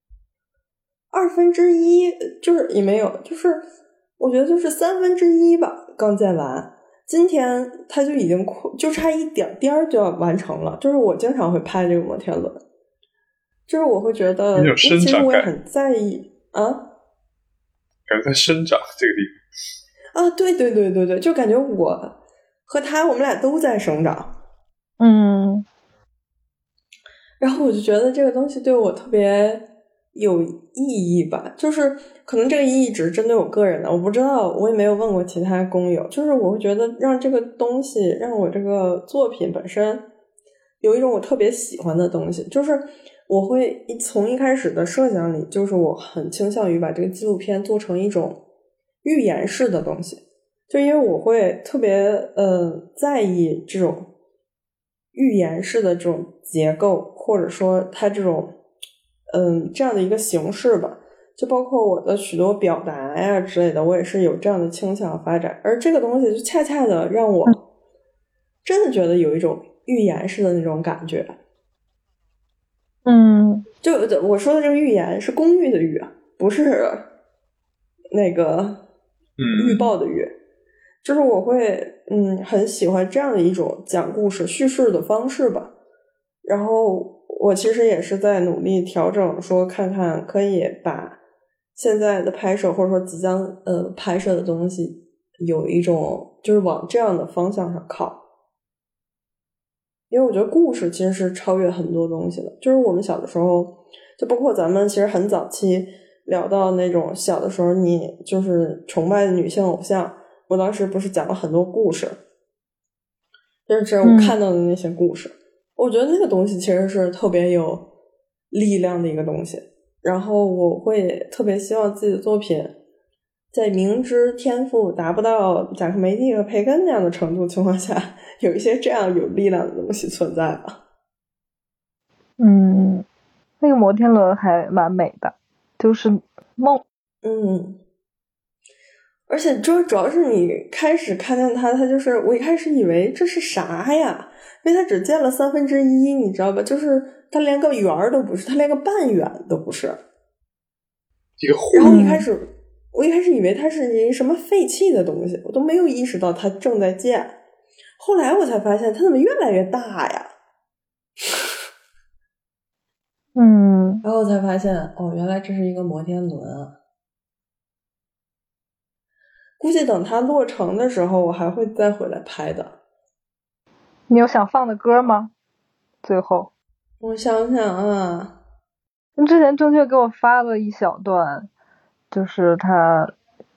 1/2，就是也没有，就是我觉得就是1/3吧，刚建完。今天它就已经就差一点点就要完成了。就是我经常会拍这个摩天轮，就是我会觉得其实我也很在意啊， 感觉在生长这个地方啊，对，就感觉我和我们俩都在生长。然后我就觉得这个东西对我特别有意义吧，就是可能这个意义只是针对我个人的，我不知道，我也没有问过其他工友。就是我会觉得让这个东西，让我这个作品本身有一种我特别喜欢的东西，就是我会从一开始的设想里，就是我很倾向于把这个纪录片做成一种寓言式的东西，就因为我会特别在意这种寓言式的这种结构，或者说它这种这样的一个形式吧，就包括我的许多表达呀之类的，我也是有这样的倾向发展。而这个东西就恰恰的让我真的觉得有一种寓言式的那种感觉。就我说的这个寓言是公寓的寓，不是那个预报的预。就是我会很喜欢这样的一种讲故事叙事的方式吧。然后我其实也是在努力调整，说看看可以把现在的拍摄或者说即将拍摄的东西有一种就是往这样的方向上靠。因为我觉得故事其实是超越很多东西的，就是我们小的时候，就包括咱们其实很早期聊到那种小的时候你就是崇拜的女性偶像，我当时不是讲了很多故事，就是我看到的那些故事，我觉得那个东西其实是特别有力量的一个东西。然后我会特别希望自己的作品在明知天赋达不到贾克梅蒂和培根那样的程度情况下，有一些这样有力量的东西存在吧。 那个摩天轮还蛮美的，就是梦。 而且主要是你开始看见它就是我一开始以为这是啥呀，因为它只建了1/3，你知道吧？就是它连个圆都不是，它连个半圆都不是。然后我一开始以为它是一什么废弃的东西，我都没有意识到它正在建。后来我才发现它怎么越来越大呀。然后我才发现原来这是一个摩天轮啊。估计等它落成的时候我还会再回来拍的。 你有想放的歌吗？最后我想想啊， 之前正确给我发了一小段，就是他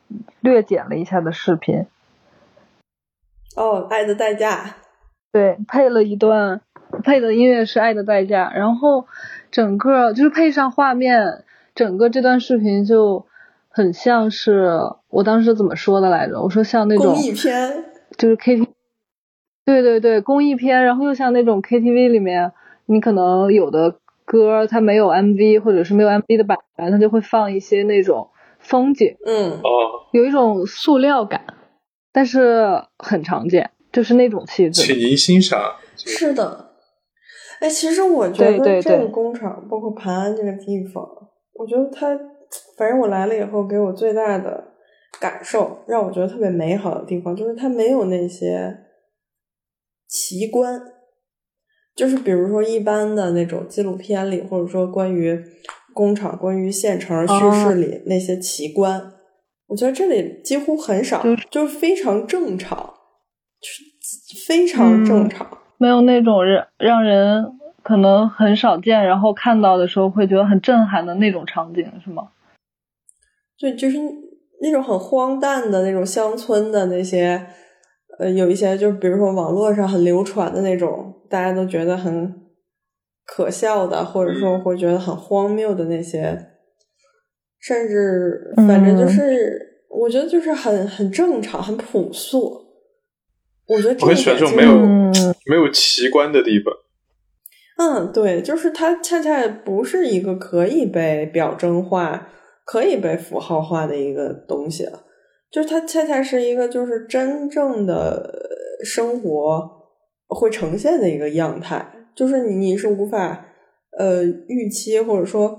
略剪了一下的视频。 哦，爱的代价。 对，配的音乐是《爱的代价》，然后整个就是配上画面，整个这段视频就很像是我当时怎么说的来着？我说像那种公益片， 就是 KTV， 对，公益片，然后又像那种 KTV 里面，你可能有的歌它没有 MV 或者是没有 MV 的版权，它就会放一些那种风景，有一种塑料感，但是很常见，就是那种气质。 请您欣赏。 是的，哎，其实我觉得这个工厂，包括盘安这个地方，我觉得它，反正我来了以后，给我最大的感受，让我觉得特别美好的地方，就是它没有那些奇观，就是比如说一般的那种纪录片里，或者说关于工厂、关于县城叙事里那些奇观，我觉得这里几乎很少，就是非常正常，非常正常。 没有那种让人可能很少见，然后看到的时候会觉得很震撼的那种场景，是吗？ 对，就是那种很荒诞的那种乡村的那些，有一些就比如说网络上很流传的那种，大家都觉得很可笑的，或者说会觉得很荒谬的那些，甚至反正就是，我觉得就是很正常，很朴素。我觉得我很喜欢这种没有奇观的地方。 对，就是它恰恰不是一个可以被表征化、可以被符号化的一个东西了，就是它恰恰是一个就是真正的生活会呈现的一个样态，就是你是无法预期，或者说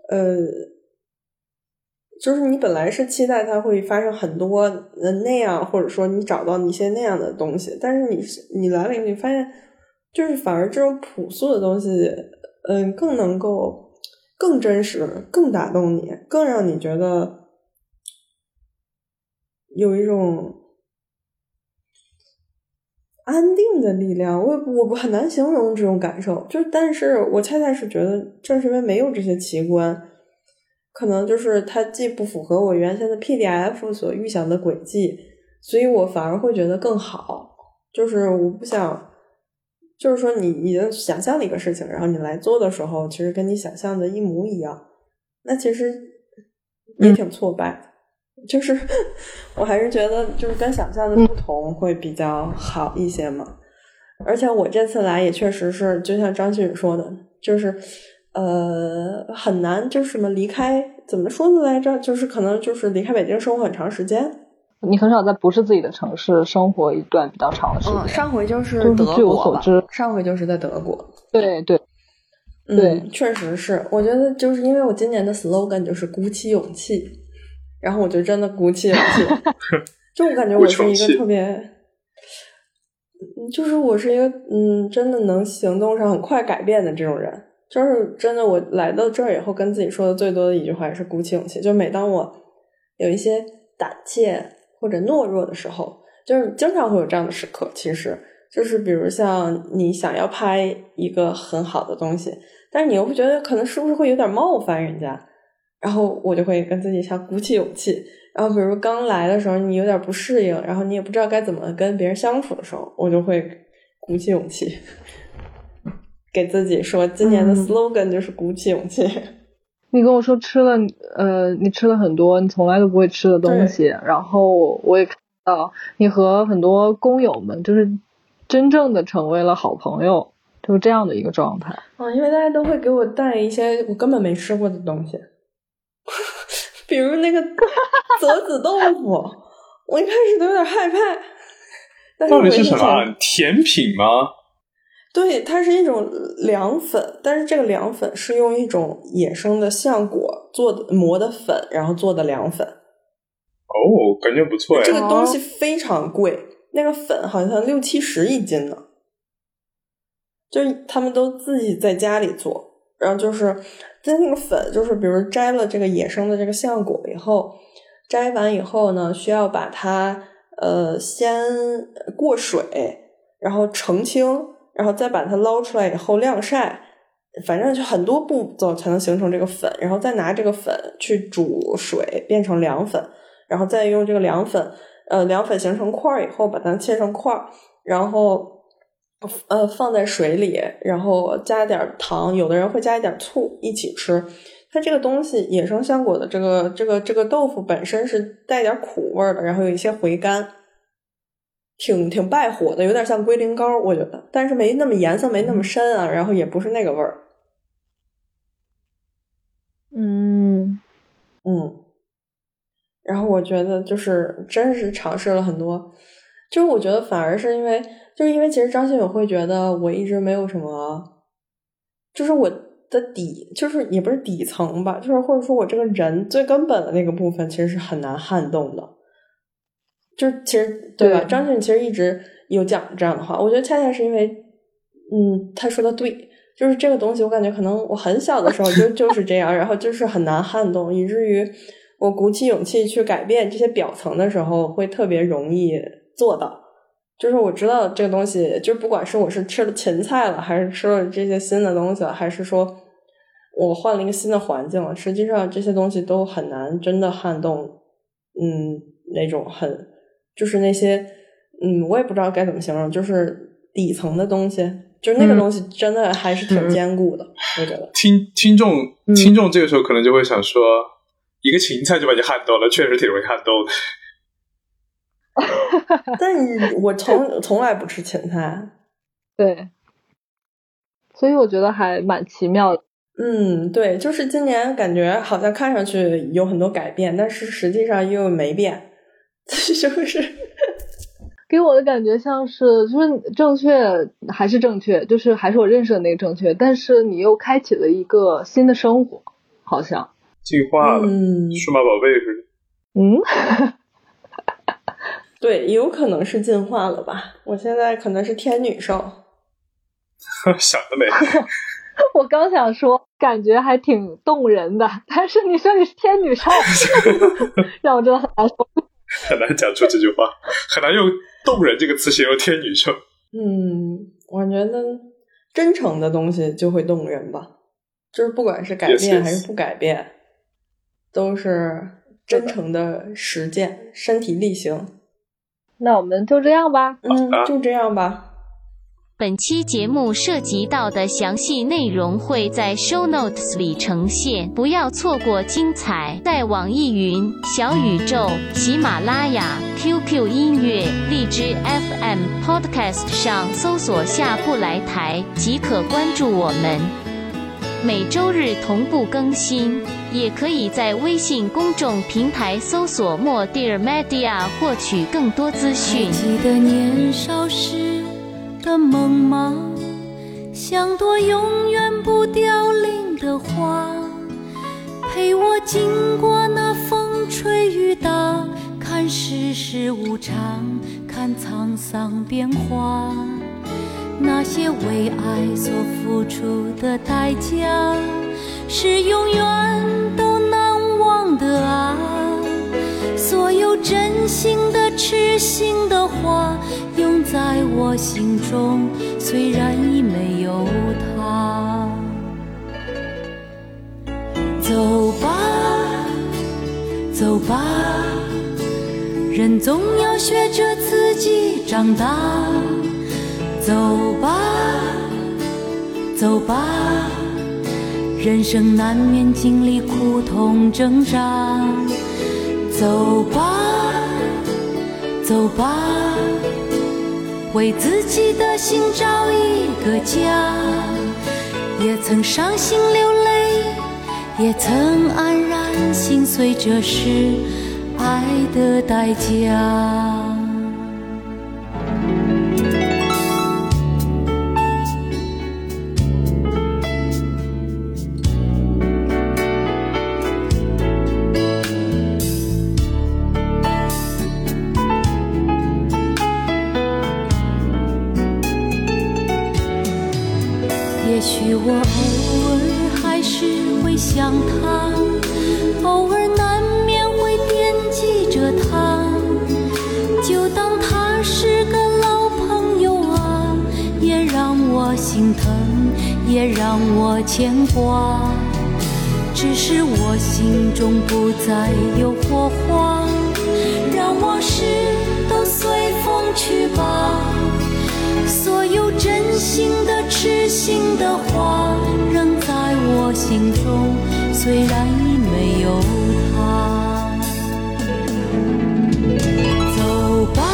就是你本来是期待它会发生很多那样，或者说你找到一些那样的东西，但是你来了以后，你发现就是反而这种朴素的东西，更能够更真实、更打动你，更让你觉得有一种安定的力量。我很难形容这种感受，但是我恰恰是觉得正是因为没有这些奇观，可能就是它既不符合我原先的 PDF 所预想的轨迹，所以我反而会觉得更好。就是我不想，就是说你已经想象了一个事情，然后你来做的时候，其实跟你想象的一模一样，那其实也挺挫败的。就是我还是觉得就是跟想象的不同会比较好一些嘛。而且我这次来也确实是就像张馨予说的，就是很难就是什么离开，怎么说呢来着，就是可能就是离开北京生活很长时间， 你很少在不是自己的城市生活一段比较长的时间。 上回就是德国， 据我所知， 上回就是在德国。 对， 确实是。我觉得就是因为我今年的 slogan 就是鼓起勇气，然后我就真的鼓起勇气，就我感觉我是一个特别，就是我是一个真的能行动上很快改变的这种人。就是真的，我来到这儿以后跟自己说的最多的一句话是鼓起勇气。就每当我有一些胆怯或者懦弱的时候，就是经常会有这样的时刻，其实就是比如像你想要拍一个很好的东西，但是你又会觉得可能是不是会有点冒犯人家，然后我就会跟自己想鼓起勇气。然后比如刚来的时候你有点不适应，然后你也不知道该怎么跟别人相处的时候，我就会鼓起勇气给自己说今年的 slogan 就是鼓起勇气。 你跟我说你吃了很多你从来都不会吃的东西，然后我也看到你和很多工友们就是真正的成为了好朋友，就是这样的一个状态。 因为大家都会给我带一些我根本没吃过的东西比如那个泽子豆腐我一开始都有点害怕，但是到底是什么甜品吗？ 对，它是一种凉粉，但是这个凉粉是用一种野生的橡果做的磨的粉，然后做的凉粉。 感觉不错呀。 这个东西非常贵，那个粉好像60-70一斤呢。就是他们都自己在家里做，然后就是在那个粉，就是比如摘了这个野生的这个橡果以后，摘完以后呢，需要把它先过水，然后澄清。然后再把它捞出来以后晾晒，反正就很多步骤才能形成这个粉，然后再拿这个粉去煮水变成凉粉， 然后再用这个凉粉形成块以后把它切成块，然后放在水里，然后加点糖，有的人会加一点醋一起吃。它这个东西野生香果的这个豆腐本身是带点苦味的，然后有一些回甘，挺败火的，有点像龟苓膏我觉得，但是没那么颜色没那么深啊，然后也不是那个味儿。然后我觉得就是真是尝试了很多，就是我觉得反而是因为其实张馨予会觉得我一直没有什么，就是我的就是也不是底层吧，就是或者说我这个人最根本的那个部分其实是很难撼动的，就是其实对吧？张馨予其实一直有讲这样的话，我觉得恰恰是因为他说的对，就是这个东西我感觉可能我很小的时候就是这样，然后就是很难撼动，以至于我鼓起勇气去改变这些表层的时候会特别容易做到。就是我知道这个东西，就不管是我是吃了芹菜了，还是吃了这些新的东西了，还是说我换了一个新的环境了，实际上这些东西都很难真的撼动那种就是那些我也不知道该怎么形容，就是底层的东西，就是那个东西真的还是挺坚固的。我觉得听众这个时候可能就会想说，一个芹菜就把你撼动了，确实挺容易撼动的。 但我从来不吃芹菜。 对，所以我觉得还蛮奇妙的。 对，就是今年感觉好像看上去有很多改变，但是实际上又没变，是不是？ 给我的感觉像是就是正确还是正确，就是还是我认识的那个正确，但是你又开启了一个新的生活，好像进化了，数码宝贝似的。 对，有可能是进化了吧。我现在可能是天女兽。 想得美。 我刚想说感觉还挺动人的，但是你说你是天女兽让我真的很难说， 很难讲出这句话，很难用动人这个词形容天女兽。 我觉得真诚的东西就会动人吧，就是不管是改变还是不改变，都是真诚的实践，身体力行。 那我们就这样吧。 就这样吧。 本期节目涉及到的详细内容会在 show notes 里呈现，不要错过精彩。在网易云、小宇宙、喜马拉雅、QQ 音乐、荔枝 FM、Podcast 上搜索下不来台即可关注我们。每周日同步更新，也可以在微信公众平台搜索莫 Dear Media 获取更多资讯。 还记得年少时的梦吗？像朵永远不凋零的花，陪我经过那风吹雨打，看世事无常，看沧桑变化。那些为爱所付出的代价，是永远都难忘的啊！所有真心的痴心的话，永在我心中，虽然已没有他。走吧，走吧，人总要学着自己长大。走吧，走吧，人生难免经历苦痛挣扎。走吧，走吧，为自己的心找一个家。也曾伤心流泪，也曾黯然心碎，这是爱的代价。也许我偶尔还是会想他，偶尔难免会惦记着他，就当他是个老朋友啊，也让我心疼，也让我牵挂。只是我心中不再有火花， 让往事都随风去吧。所有真心的痴心的话仍在我心中，虽然已没有他。走吧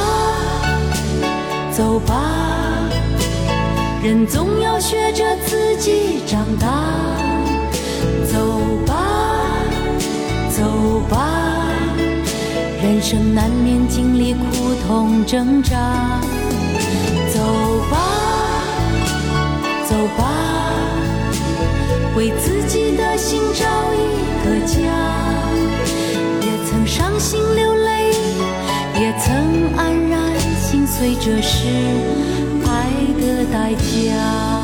走吧，人总要学着自己长大。走吧走吧，人生难免经历苦痛挣扎。走吧走吧，为自己的心找一个家。也曾伤心流泪，也曾黯然心碎，这是爱的代价。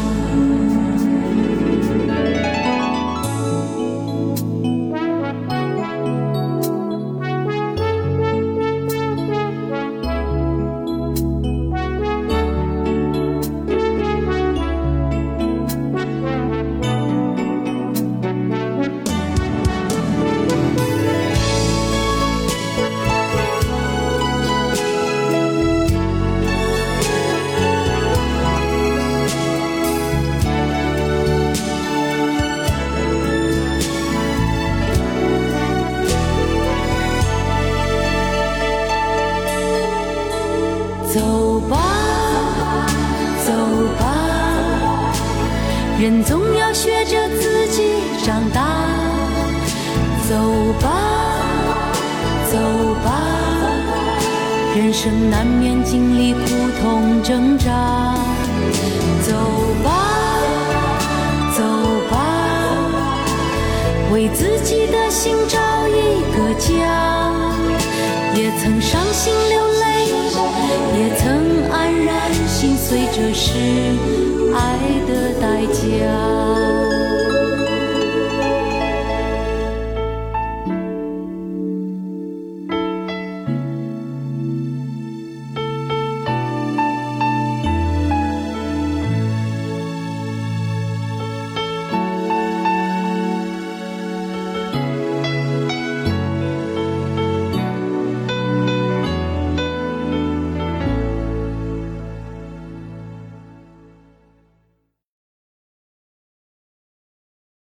走吧走吧，人总要学着自己长大。走吧走吧，人生难免经历苦痛挣扎。走吧走吧，为自己的心找一个家。也曾伤心流泪，也曾黯然心碎，这是爱的代价。